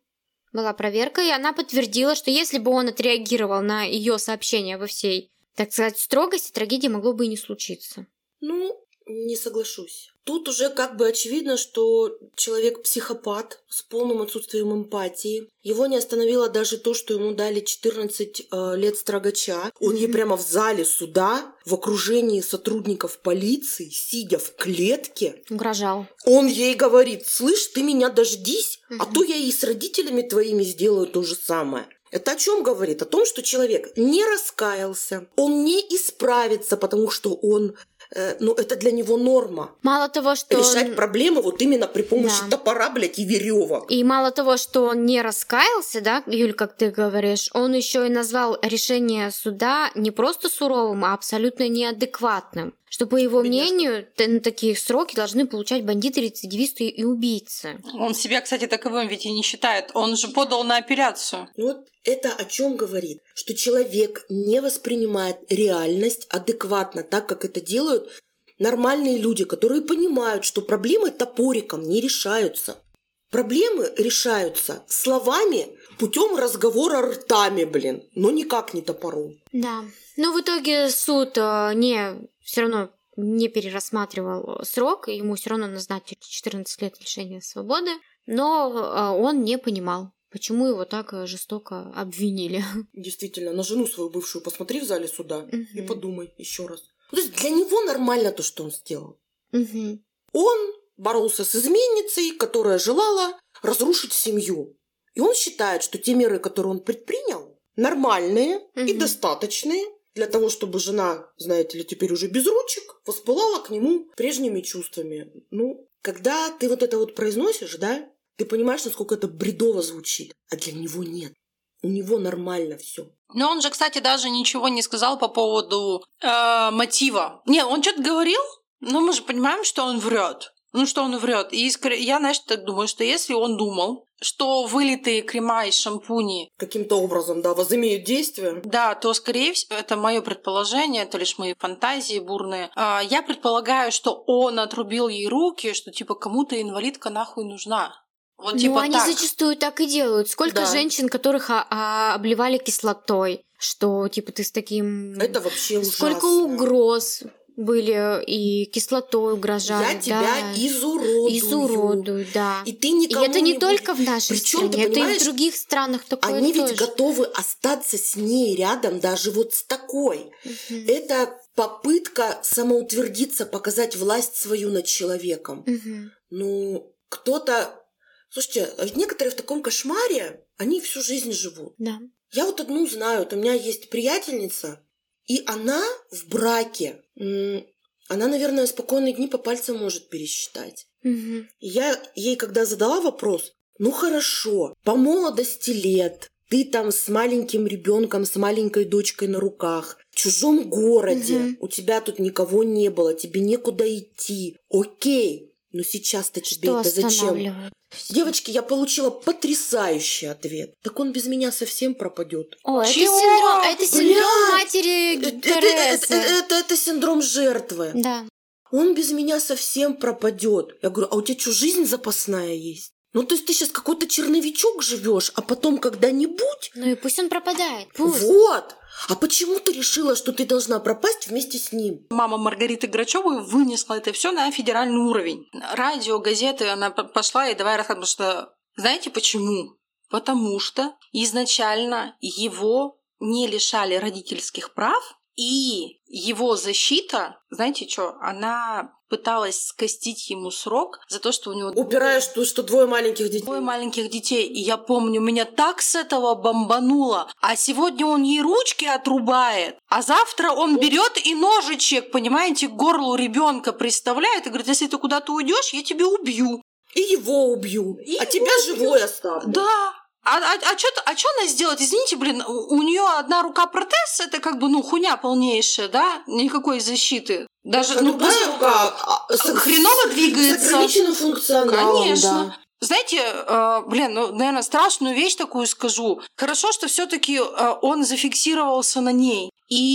И она подтвердила, что если бы он отреагировал на ее сообщение во всей, так сказать, строгости, трагедии могло бы и не случиться. Ну, не соглашусь. Тут уже как бы очевидно, что человек психопат с полным отсутствием эмпатии. Его не остановило даже то, что ему дали 14 лет строгача. Он ей прямо в зале суда, в окружении сотрудников полиции, сидя в клетке, угрожал. Он ей говорит: слышь, ты меня дождись, а то я и с родителями твоими сделаю то же самое. Это о чем говорит? О том, что человек не раскаялся, он не исправится, потому что он... это для него норма. Мало того, что решать проблемы вот именно при помощи топора, блядь, и веревок. И мало того, что он не раскаялся, да, Юль, как ты говоришь, он еще и назвал решение суда не просто суровым, а абсолютно неадекватным. Что, по его мнению, такие сроки должны получать бандиты, рецидивисты и убийцы. Он себя, кстати, таковым ведь и не считает. Он же подал на апелляцию. Вот это о чем говорит? Что человек не воспринимает реальность адекватно, так как это делают нормальные люди, которые понимают, что проблемы топориком не решаются. Проблемы решаются словами, путем разговора ртами, но никак не топором. Да. Но в итоге суд все равно не перерассматривал срок, ему все равно назначили 14 лет лишения свободы, но он не понимал, почему его так жестоко обвинили. Действительно, на жену свою бывшую посмотри в зале суда и подумай еще раз. То есть для него нормально то, что он сделал. Он боролся с изменницей, которая желала разрушить семью. И он считает, что те меры, которые он предпринял, нормальные и достаточные для того, чтобы жена, знаете ли, теперь уже без ручек, воспылала к нему прежними чувствами. Ну, когда ты вот это вот произносишь, да, ты понимаешь, насколько это бредово звучит, а для него нет. У него нормально все. Но он же, кстати, даже ничего не сказал по поводу мотива. Нет, он что-то говорил, но мы же понимаем, что он врет. И я, знаешь, так думаю, что если он думал, что вылитые крема и шампуни каким-то образом, да, возымеют действие, да, то, скорее всего, это мое предположение, это лишь мои фантазии бурные. Я предполагаю, что он отрубил ей руки, что типа кому-то инвалидка нахуй нужна. Вот, типа они так. зачастую так и делают. Сколько женщин, которых обливали кислотой, что типа ты с таким... Это вообще ужасно. Сколько угроз. были и кислотой угрожали. Я тебя изуродую. Да. И ты никому и это не будешь... только в нашей стране, это и в других странах такое Они тоже. ведь готовы остаться с ней рядом даже вот с такой. Это попытка самоутвердиться, показать власть свою над человеком. Ну, кто-то... Слушайте, а ведь некоторые в таком кошмаре, они всю жизнь живут. Да. Я вот одну знаю, вот у меня есть приятельница, и она в браке. Она, наверное, спокойные дни по пальцам может пересчитать. И я ей когда задала вопрос, ну хорошо, по молодости лет, ты там с маленьким ребенком, с маленькой дочкой на руках, в чужом городе, у тебя тут никого не было, тебе некуда идти. Окей, но сейчас-то тебе что это зачем? Девочки, я получила потрясающий ответ. Так он без меня совсем пропадет. О, это синдром матери Терезы. Это синдром жертвы. Да. Он без меня совсем пропадет. Я говорю, а у тебя что, жизнь запасная есть? Ну, то есть ты сейчас какой-то черновичок живешь, а потом когда-нибудь... Ну и пусть он пропадает. Пусть. Вот. А почему ты решила, что ты должна пропасть вместе с ним? Мама Маргариты Грачевой вынесла это все на федеральный уровень. Радио, газеты, она пошла и давай рассказывать, что... Знаете почему? Потому что изначально его не лишали родительских прав, и его защита, знаете что, она пыталась скостить ему срок за то, что у него... Упираешь, что двое маленьких детей. Двое маленьких детей. И я помню, меня так с этого бомбануло. А сегодня он ей ручки отрубает, а завтра он берет и ножичек, понимаете, к горлу ребенка приставляет и говорит, если ты куда-то уйдешь, я тебя убью. И его убью. Тебя живой оставлю. Да. А что она сделает? Извините, блин, у нее одна рука протез, это как бы, хуйня полнейшая, да? Никакой защиты. Даже, другая рука хреново двигается. С ограниченным функционалом. Конечно. Да. Знаете, наверное, страшную вещь такую скажу. Хорошо, что все-таки он зафиксировался на ней.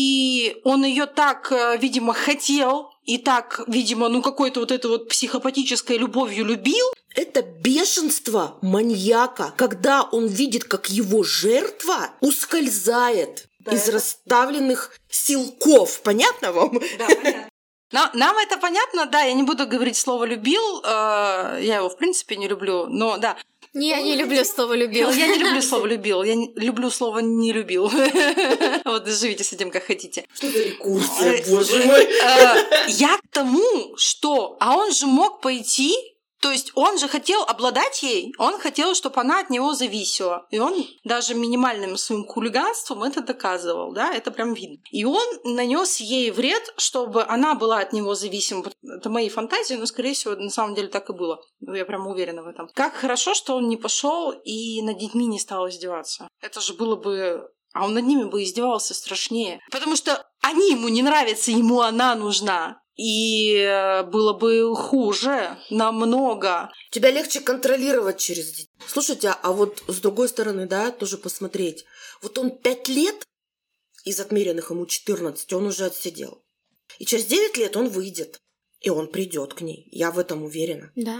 И он ее так, видимо, хотел, и так, видимо, какой-то вот этой вот психопатической любовью любил. Это бешенство маньяка, когда он видит, как его жертва ускользает из расставленных силков. Понятно вам? Да, понятно. Нам это понятно, да, я не буду говорить слово «любил», я его, в принципе, не люблю, но да. Я не люблю слово «любил». Я не люблю слово «любил», я люблю слово «не любил». Вот живите с этим, как хотите. Что за рекурсия, боже мой? Я к тому, что... А он же мог пойти... То есть он же хотел обладать ей, он хотел, чтобы она от него зависела. И он даже минимальным своим хулиганством это доказывал, да, это прям видно. И он нанес ей вред, чтобы она была от него зависима. Это мои фантазии, но, скорее всего, на самом деле так и было. Я прям уверена в этом. Как хорошо, что он не пошел и над детьми не стал издеваться. Это же было бы... А он над ними бы издевался страшнее. Потому что они ему не нравятся, ему она нужна. И было бы хуже намного. Тебя легче контролировать через детей. Слушайте, а вот с другой стороны, да, тоже посмотреть. Вот он 5 лет из отмеренных ему 14, он уже отсидел. И через 9 лет он выйдет. И он придет к ней. Я в этом уверена. Да.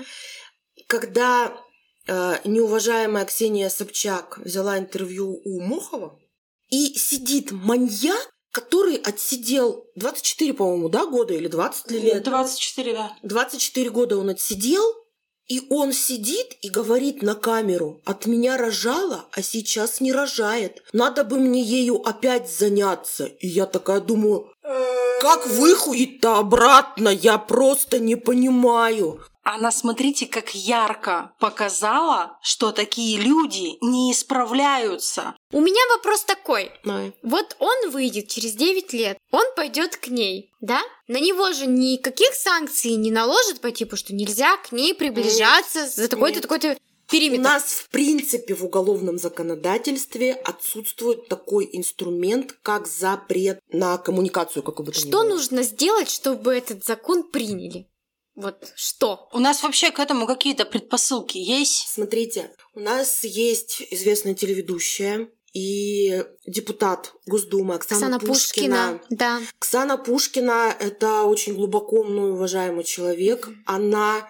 Когда неуважаемая Ксения Собчак взяла интервью у Мохова, и сидит маньяк, который отсидел 24, по-моему, да, года или 20 лет? 24, да. 24 года он отсидел, и он сидит и говорит на камеру: от меня рожала, а сейчас не рожает. Надо бы мне ею опять заняться. И я такая думаю, как выхуить-то обратно? Я просто не понимаю. Она, смотрите, как ярко показала, что такие люди не исправляются. У меня вопрос такой. Ай. Вот он выйдет через 9 лет, он пойдет к ней, да? На него же никаких санкций не наложат по типу, что нельзя к ней приближаться за такой-то, такой-то периметр. У нас, в принципе, в уголовном законодательстве отсутствует такой инструмент, как запрет на коммуникацию, как бы то ни было. Что нужно сделать, чтобы этот закон приняли? Вот что? У нас вообще к этому какие-то предпосылки есть? Смотрите, у нас есть известная телеведущая и депутат Госдумы Оксана Пушкина. Да. Оксана Пушкина – это очень глубоко мной уважаемый человек. Она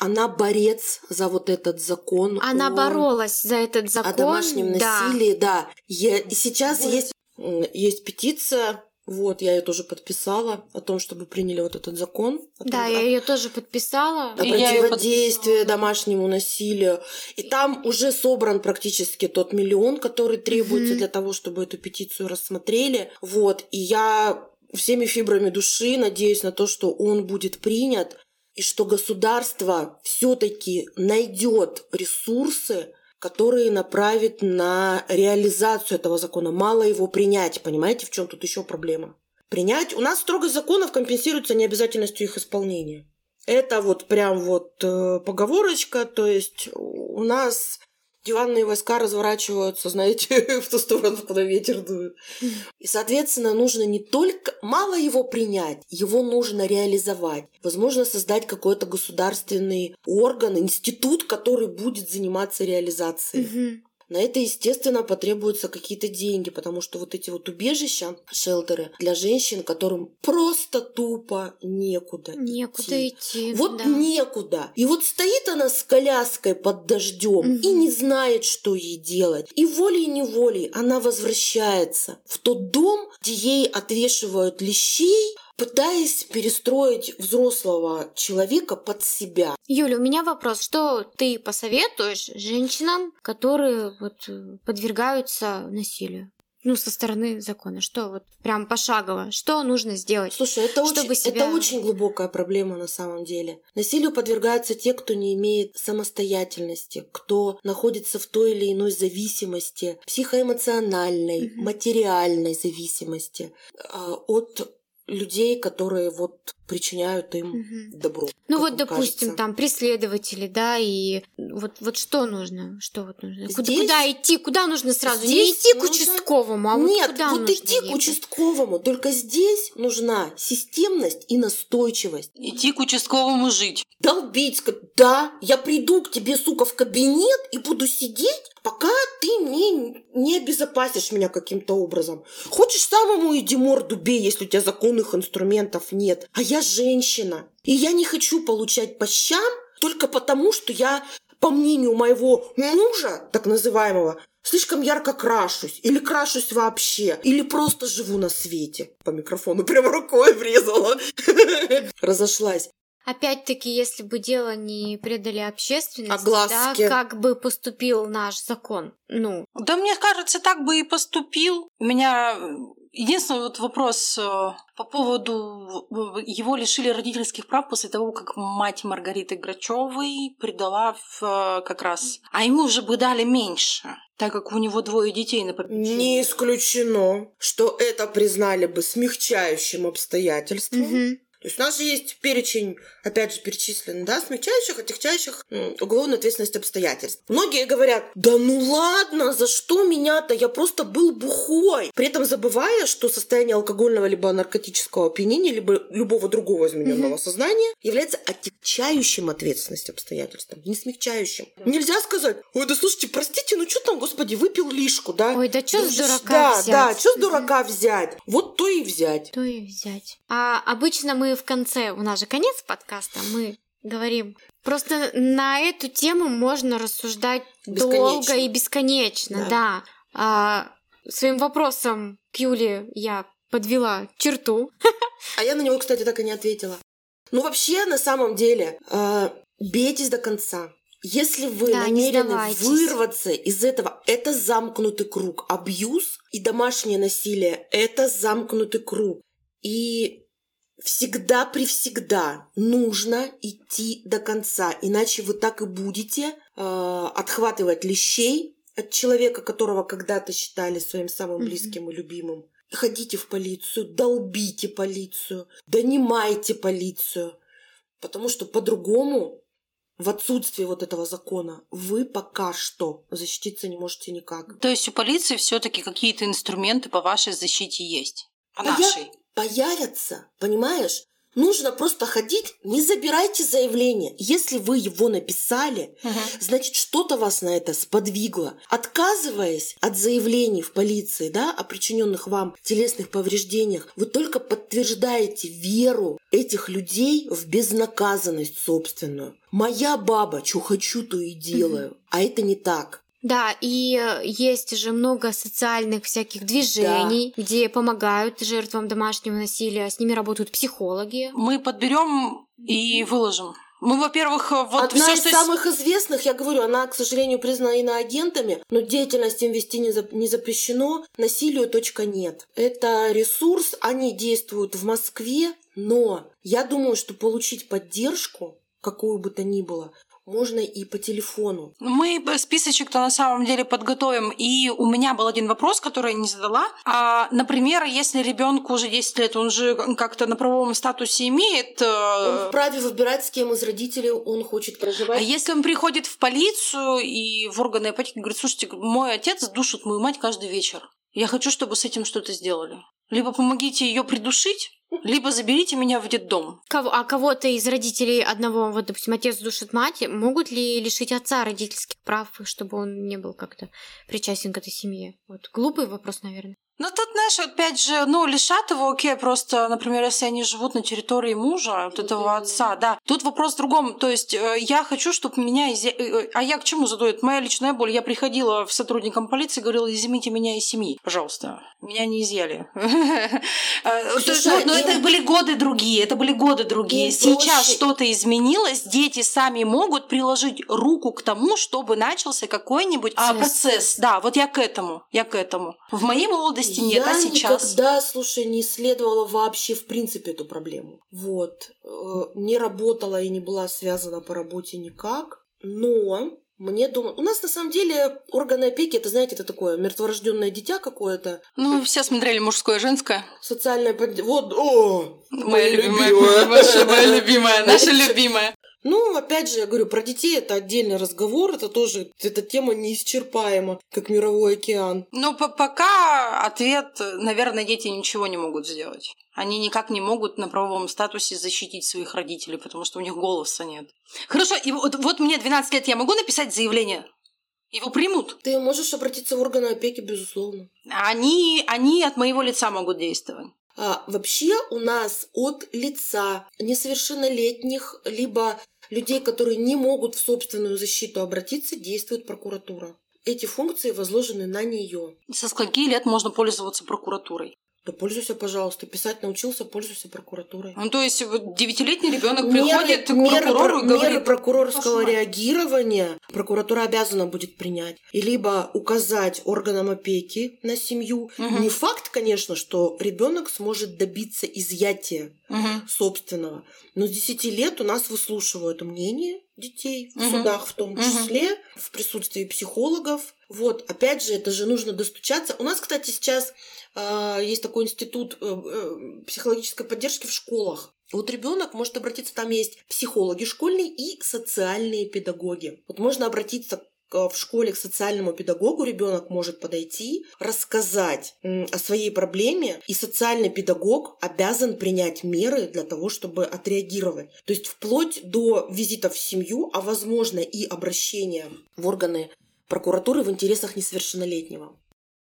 борец за вот этот закон. Она боролась за этот закон. О домашнем насилии, да. И сейчас есть петиция Вот, я ее тоже подписала о том, чтобы приняли вот этот закон. Да, я ее тоже подписала. О противодействии домашнему насилию. И там уже собран практически тот 1 миллион, который требуется для того, чтобы эту петицию рассмотрели. Вот, и я всеми фибрами души надеюсь на то, что он будет принят, и что государство все-таки найдет ресурсы, которые направит на реализацию этого закона. Мало его принять, понимаете, в чем тут еще проблема? Принять. У нас строгость законов компенсируется необязательностью их исполнения. Это вот прям вот поговорочка, то есть у нас диванные войска разворачиваются, знаете, в ту сторону, куда ветер дует. И, соответственно, нужно не только... Мало его принять, его нужно реализовать. Возможно, создать какой-то государственный орган, институт, который будет заниматься реализацией. На это, естественно, потребуются какие-то деньги, потому что вот эти вот убежища, шелтеры для женщин, которым просто тупо некуда идти. Вот некуда. И вот стоит она с коляской под дождем и не знает, что ей делать. И волей-неволей она возвращается в тот дом, где ей отвешивают лещей, пытаясь перестроить взрослого человека под себя. Юля, у меня вопрос. Что ты посоветуешь женщинам, которые вот подвергаются насилию? Ну, со стороны закона. Что вот прям пошагово? Что нужно сделать? Слушай, это очень глубокая проблема на самом деле. Насилию подвергаются те, кто не имеет самостоятельности, кто находится в той или иной зависимости, психоэмоциональной, материальной зависимости от людей, которые вот причиняют им добро. Ну вот, допустим, кажется. Там преследователи, да, и вот что нужно? Что вот нужно? Куда идти? Куда нужно сразу? Не идти к участковому, а нет, куда вот нужно идти к участковому. Только здесь нужна системность и настойчивость. Идти к участковому жить. Долбить. Да, я приду к тебе, сука, в кабинет и буду сидеть, пока ты не обезопасишь меня каким-то образом. Хочешь, самому иди морду бей, если у тебя законных инструментов нет. А я женщина. И я не хочу получать по щам только потому, что я, по мнению моего мужа, так называемого, слишком ярко крашусь. Или крашусь вообще. Или просто живу на свете. По микрофону прям рукой врезала. Разошлась. Опять-таки, если бы дело не предали общественности, да, как бы поступил наш закон? Да, мне кажется, так бы и поступил. У меня единственный вот вопрос по поводу... Его лишили родительских прав после того, как мать Маргариты Грачевой предала как раз... А ему уже бы дали меньше, так как у него 2 детей на попечении. Не исключено, что это признали бы смягчающим обстоятельством. То есть у нас же есть перечень, опять же, перечисленный, да, смягчающих, отягчающих уголовную ответственность обстоятельств. Многие говорят, да ну ладно, за что меня-то, я просто был бухой. При этом забывая, что состояние алкогольного либо наркотического опьянения, либо любого другого измененного сознания является отягчающим ответственность обстоятельством, не смягчающим. Нельзя сказать, ой, да слушайте, простите, ну что там, господи, выпил лишку, да? Ой, да что с дурака взять? Да, что с дурака взять? Вот то и взять. То и взять. А обычно мы в конце, у нас же конец подкаста, мы говорим. Просто на эту тему можно рассуждать долго и бесконечно, да. Своим вопросом к Юле я подвела черту. А я на него, кстати, так и не ответила. Ну, вообще, на самом деле, бейтесь до конца. Если вы намерены вырваться из этого, это замкнутый круг. Абьюз и домашнее насилие – это замкнутый круг. И всегда нужно идти до конца, иначе вы так и будете отхватывать лещей от человека, которого когда-то считали своим самым близким и любимым. Ходите в полицию, долбите полицию, донимайте полицию, потому что по-другому в отсутствие вот этого закона вы пока что защититься не можете никак. То есть у полиции все-таки какие-то инструменты по вашей защите есть? По нашей? Появятся, понимаешь? Нужно просто ходить, не забирайте заявление. Если вы его написали, значит, что-то вас на это сподвигло. Отказываясь от заявлений в полиции, да, о причиненных вам телесных повреждениях, вы только подтверждаете веру этих людей в безнаказанность собственную. Моя баба, что хочу, то и делаю. А это не так. Да, и есть же много социальных всяких движений, где помогают жертвам домашнего насилия, с ними работают психологи. Мы подберем и выложим. Мы, во-первых, вот одна всё, из что... самых известных, я говорю, она, к сожалению, признана иноагентами, но деятельность им вести не запрещено, насилию.нет. Это ресурс, они действуют в Москве, но я думаю, что получить поддержку, какую бы то ни было, можно и по телефону. Мы списочек-то на самом деле подготовим. И у меня был один вопрос, который я не задала. Например, если ребенку уже 10 лет, он же как-то на правовом статусе имеет... Он вправе выбирать, с кем из родителей он хочет проживать. А если он приходит в полицию и в органы опеки говорит: слушайте, мой отец душит мою мать каждый вечер. Я хочу, чтобы с этим что-то сделали. Либо помогите ее придушить, либо заберите меня в детдом. А кого-то из родителей одного, вот, допустим, отец душит мать, могут ли лишить отца родительских прав, чтобы он не был как-то причастен к этой семье? Вот глупый вопрос, наверное. Ну, тут, знаешь, опять же, лишат его, окей, просто, например, если они живут на территории мужа, вот этого отца, да. Тут вопрос в другом, то есть я хочу, чтобы меня... А я к чему задаю? Моя личная боль. Я приходила к сотрудникам полиции, говорила: изъемите меня из семьи, пожалуйста. Меня не изъяли. Но это были годы другие. Сейчас что-то изменилось, дети сами могут приложить руку к тому, чтобы начался какой-нибудь процесс. Да, вот я к этому. В моей молодости нет, а сейчас? Я никогда, слушай, не исследовала вообще в принципе эту проблему. Вот. Не работала и не была связана по работе никак. Но мне думают... У нас на самом деле органы опеки, это, знаете, это такое мертворожденное дитя какое-то. Ну, все смотрели «Мужское, женское». Социальное... Вот, моя любимая. Моя любимая, наша любимая. Ну, опять же, я говорю, про детей это отдельный разговор, это тоже, эта тема неисчерпаема, как мировой океан. Ну, пока ответ, наверное, дети ничего не могут сделать. Они никак не могут на правовом статусе защитить своих родителей, потому что у них голоса нет. Хорошо, и вот мне 12 лет, я могу написать заявление? Его примут? Ты можешь обратиться в органы опеки, безусловно. Они от моего лица могут действовать. Вообще у нас от лица несовершеннолетних, либо людей, которые не могут в собственную защиту обратиться, действует прокуратура. Эти функции возложены на нее. Со скольки лет можно пользоваться прокуратурой? Да пользуйся, пожалуйста. Писать научился, пользуйся прокуратурой. Ну, то есть 9-летний ребенок приходит к прокурору и говорит... Меры прокурорского реагирования прокуратура обязана будет принять. И либо указать органам опеки на семью. Не факт, конечно, что ребенок сможет добиться изъятия собственного. Но с 10 лет у нас выслушивают мнение детей в судах, в том числе, в присутствии психологов. Вот, опять же, это же нужно достучаться. У нас, кстати, сейчас есть такой институт психологической поддержки в школах. Вот ребенок может обратиться, там есть психологи школьные и социальные педагоги. Вот можно обратиться в школе к социальному педагогу, ребенок может подойти, рассказать о своей проблеме, и социальный педагог обязан принять меры для того, чтобы отреагировать. То есть вплоть до визитов в семью, а возможно и обращения в органы прокуратуры в интересах несовершеннолетнего.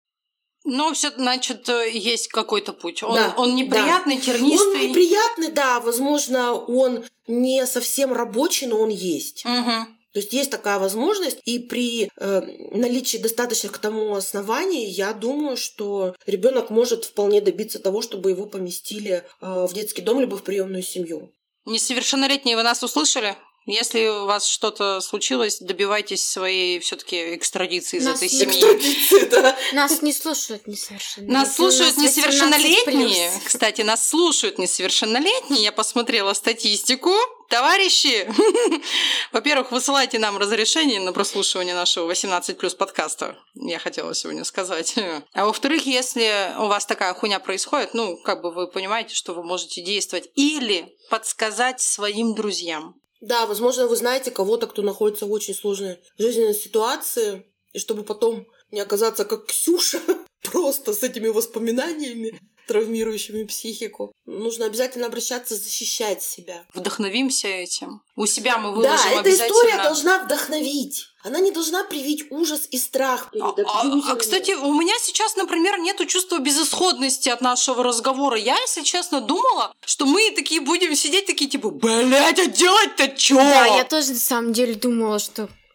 Ну, все, значит, есть какой-то путь. Он неприятный, тернистый. Он неприятный, да. Возможно, он не совсем рабочий, но он есть. То есть есть такая возможность, и при наличии достаточных к тому оснований, я думаю, что ребенок может вполне добиться того, чтобы его поместили в детский дом либо в приемную семью. Несовершеннолетние, вы нас услышали? Если у вас что-то случилось, добивайтесь своей все-таки экстрадиции из этой семьи. Нас не слушают несовершеннолетние. Нас слушают несовершеннолетние. Кстати, нас слушают несовершеннолетние. Я посмотрела статистику. Товарищи, во-первых, высылайте нам разрешение на прослушивание нашего 18+ подкаста. Я хотела сегодня сказать. А во-вторых, если у вас такая хуйня происходит, вы понимаете, что вы можете действовать или подсказать своим друзьям. Да, возможно, вы знаете кого-то, кто находится в очень сложной жизненной ситуации, и чтобы потом не оказаться как Ксюша, просто с этими воспоминаниями, травмирующими психику. Нужно обязательно обращаться, защищать себя. Вдохновимся этим. У себя мы выложим обязательно. Да, эта обязательно. история должна вдохновить. Она не должна привить ужас и страх. Кстати, у меня сейчас, например, нету чувства безысходности от нашего разговора. Я, если честно, думала, что мы такие будем сидеть, такие типа, блядь, а делать-то чё? Да, я тоже на самом деле думала, что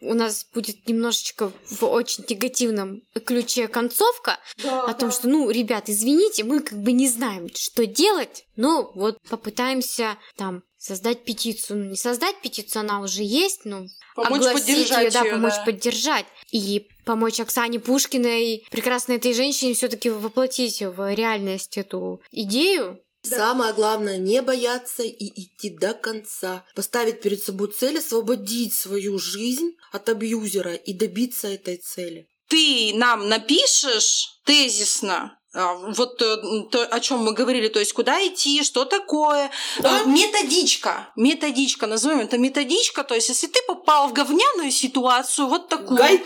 у нас будет немножечко в очень негативном ключе концовка о том, что, ребят, извините, мы как бы не знаем, что делать, но вот попытаемся там создать петицию. Не создать петицию, она уже есть, но помочь поддержать ее, помочь поддержать. И помочь Оксане Пушкиной, прекрасной этой женщине, все-таки воплотить в реальность эту идею. Самое главное — не бояться и идти до конца. Поставить перед собой цель, освободить свою жизнь от абьюзера и добиться этой цели. Ты нам напишешь тезисно, вот то, о чем мы говорили, то есть куда идти, что такое. Да? Методичка, назовем это методичка, то есть если ты попал в говняную ситуацию, вот такую. Гайд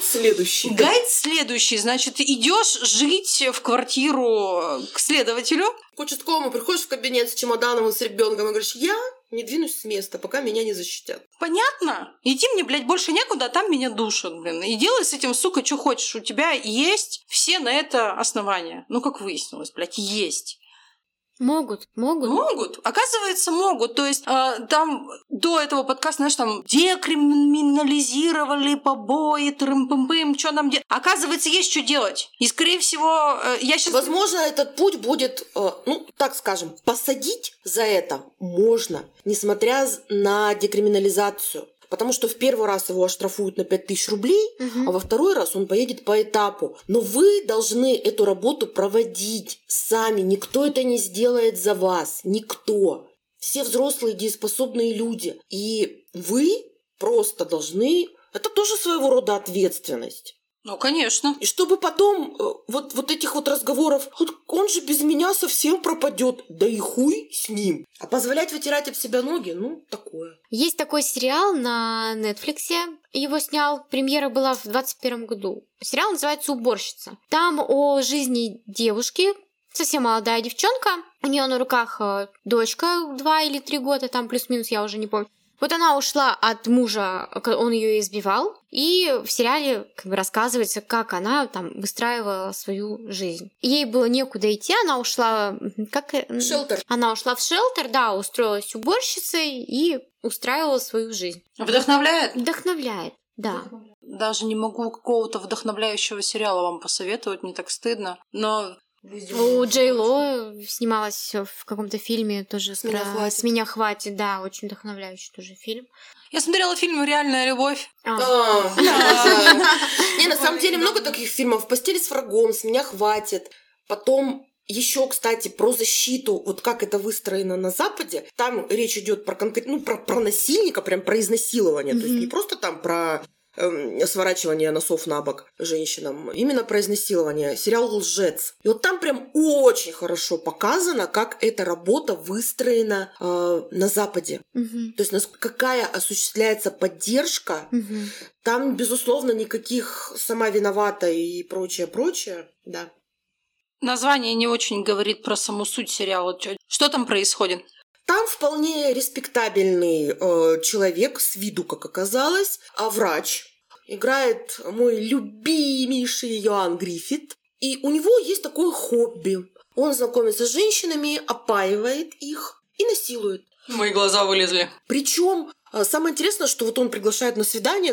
следующий. Значит, идешь жить в квартиру к следователю. К участковому приходишь в кабинет с чемоданом и с ребенком и говоришь: я не двинусь с места, пока меня не защитят. Понятно? Идти мне, блядь, больше некуда, а там меня душат, блин. И делай с этим, сука, что хочешь. У тебя есть все на это основания. Как выяснилось, блядь, есть. Могут. Оказывается, могут. То есть там до этого подкаста, знаешь, там декриминализировали побои, трым-пым-пым, что нам делать. Оказывается, есть что делать. И, скорее всего, я сейчас... Возможно, этот путь будет, так скажем, посадить за это можно, несмотря на декриминализацию. Потому что в первый раз его оштрафуют на 5000 рублей, а во второй раз он поедет по этапу. Но вы должны эту работу проводить сами. Никто это не сделает за вас. Никто. Все взрослые дееспособные люди. И вы просто должны... Это тоже своего рода ответственность. Конечно. И чтобы потом вот этих вот разговоров: он же без меня совсем пропадет. Да и хуй с ним. А позволять вытирать об себя ноги, такое. Есть такой сериал на Netflix. Его снял, премьера была в 2021 году. Сериал называется «Уборщица». Там о жизни девушки, совсем молодая девчонка. У нее на руках дочка 2 или 3 года, там плюс-минус, я уже не помню. Вот она ушла от мужа, он ее избивал, и в сериале рассказывается, как она там выстраивала свою жизнь. Ей было некуда идти, она ушла... В шелтер. Она ушла в шелтер, да, устроилась уборщицей и устраивала свою жизнь. Вдохновляет? Вдохновляет, да. Даже не могу какого-то вдохновляющего сериала вам посоветовать, мне так стыдно, но... У Джей Ло снималась в каком-то фильме тоже «С меня хватит», да, очень вдохновляющий тоже фильм. Я смотрела фильм «Реальная любовь». Не, на самом деле много таких фильмов. «В постели с врагом», «С меня хватит». Потом еще, кстати, про защиту, вот как это выстроено на Западе. Там речь идет про про насильника, прям про изнасилование. То есть не просто там про сворачивание носов на бок женщинам, именно про изнасилование. Сериал «Лжец». И вот там прям очень хорошо показано, как эта работа выстроена на Западе. То есть какая осуществляется поддержка. Там, безусловно, никаких «сама виновата» и прочее, да. Название не очень говорит про саму суть сериала. Что там происходит? Там вполне респектабельный человек, с виду, как оказалось, врач. Играет мой любимейший Йоан Гриффит. И у него есть такое хобби. Он знакомится с женщинами, опаивает их и насилует. Мои глаза вылезли. Причем самое интересное, что вот он приглашает на свидание,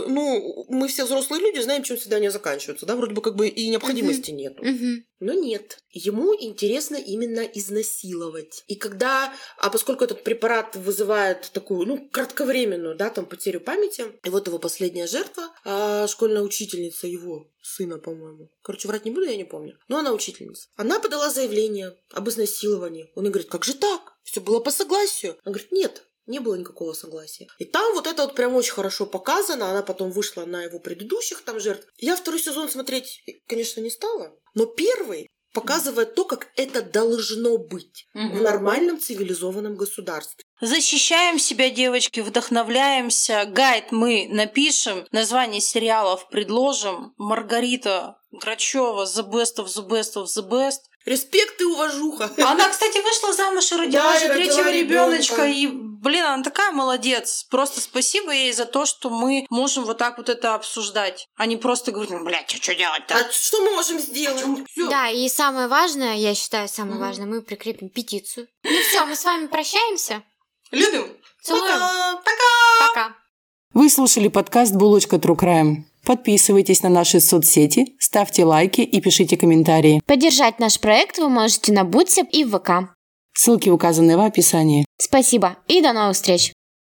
мы все взрослые люди, знаем, чем свидания заканчиваются, да, вроде бы и необходимости нету. Но нет. Ему интересно именно изнасиловать. И поскольку этот препарат вызывает такую, кратковременную, да, там, потерю памяти, и вот его последняя жертва, школьная учительница его сына, по-моему. Короче, врать не буду, я не помню. Но она учительница. Она подала заявление об изнасиловании. Он ей говорит: как же так? Все было по согласию. Она говорит: нет. Не было никакого согласия. И там вот это вот прям очень хорошо показано. Она потом вышла на его предыдущих там жертв. Я второй сезон смотреть, конечно, не стала. Но первый показывает то, как это должно быть в нормальном цивилизованном государстве. Защищаем себя, девочки, вдохновляемся. Гайд мы напишем, название сериалов предложим. Маргарита Грачева, The Best of the Best of the Best. Респект и уважуха. Она, кстати, вышла замуж и родила же третьего ребеночка. И, она такая молодец. Просто спасибо ей за то, что мы можем вот так вот это обсуждать. А не просто говорить: что делать-то? А что мы можем сделать? Да, и самое важное, я считаю, мы прикрепим петицию. Ну все, мы с вами прощаемся. Любим. Целуем. Пока. Пока. Вы слушали подкаст «Булочка True Crime». Подписывайтесь на наши соцсети, ставьте лайки и пишите комментарии. Поддержать наш проект вы можете на Бутсеп и в ВК. Ссылки указаны в описании. Спасибо и до новых встреч!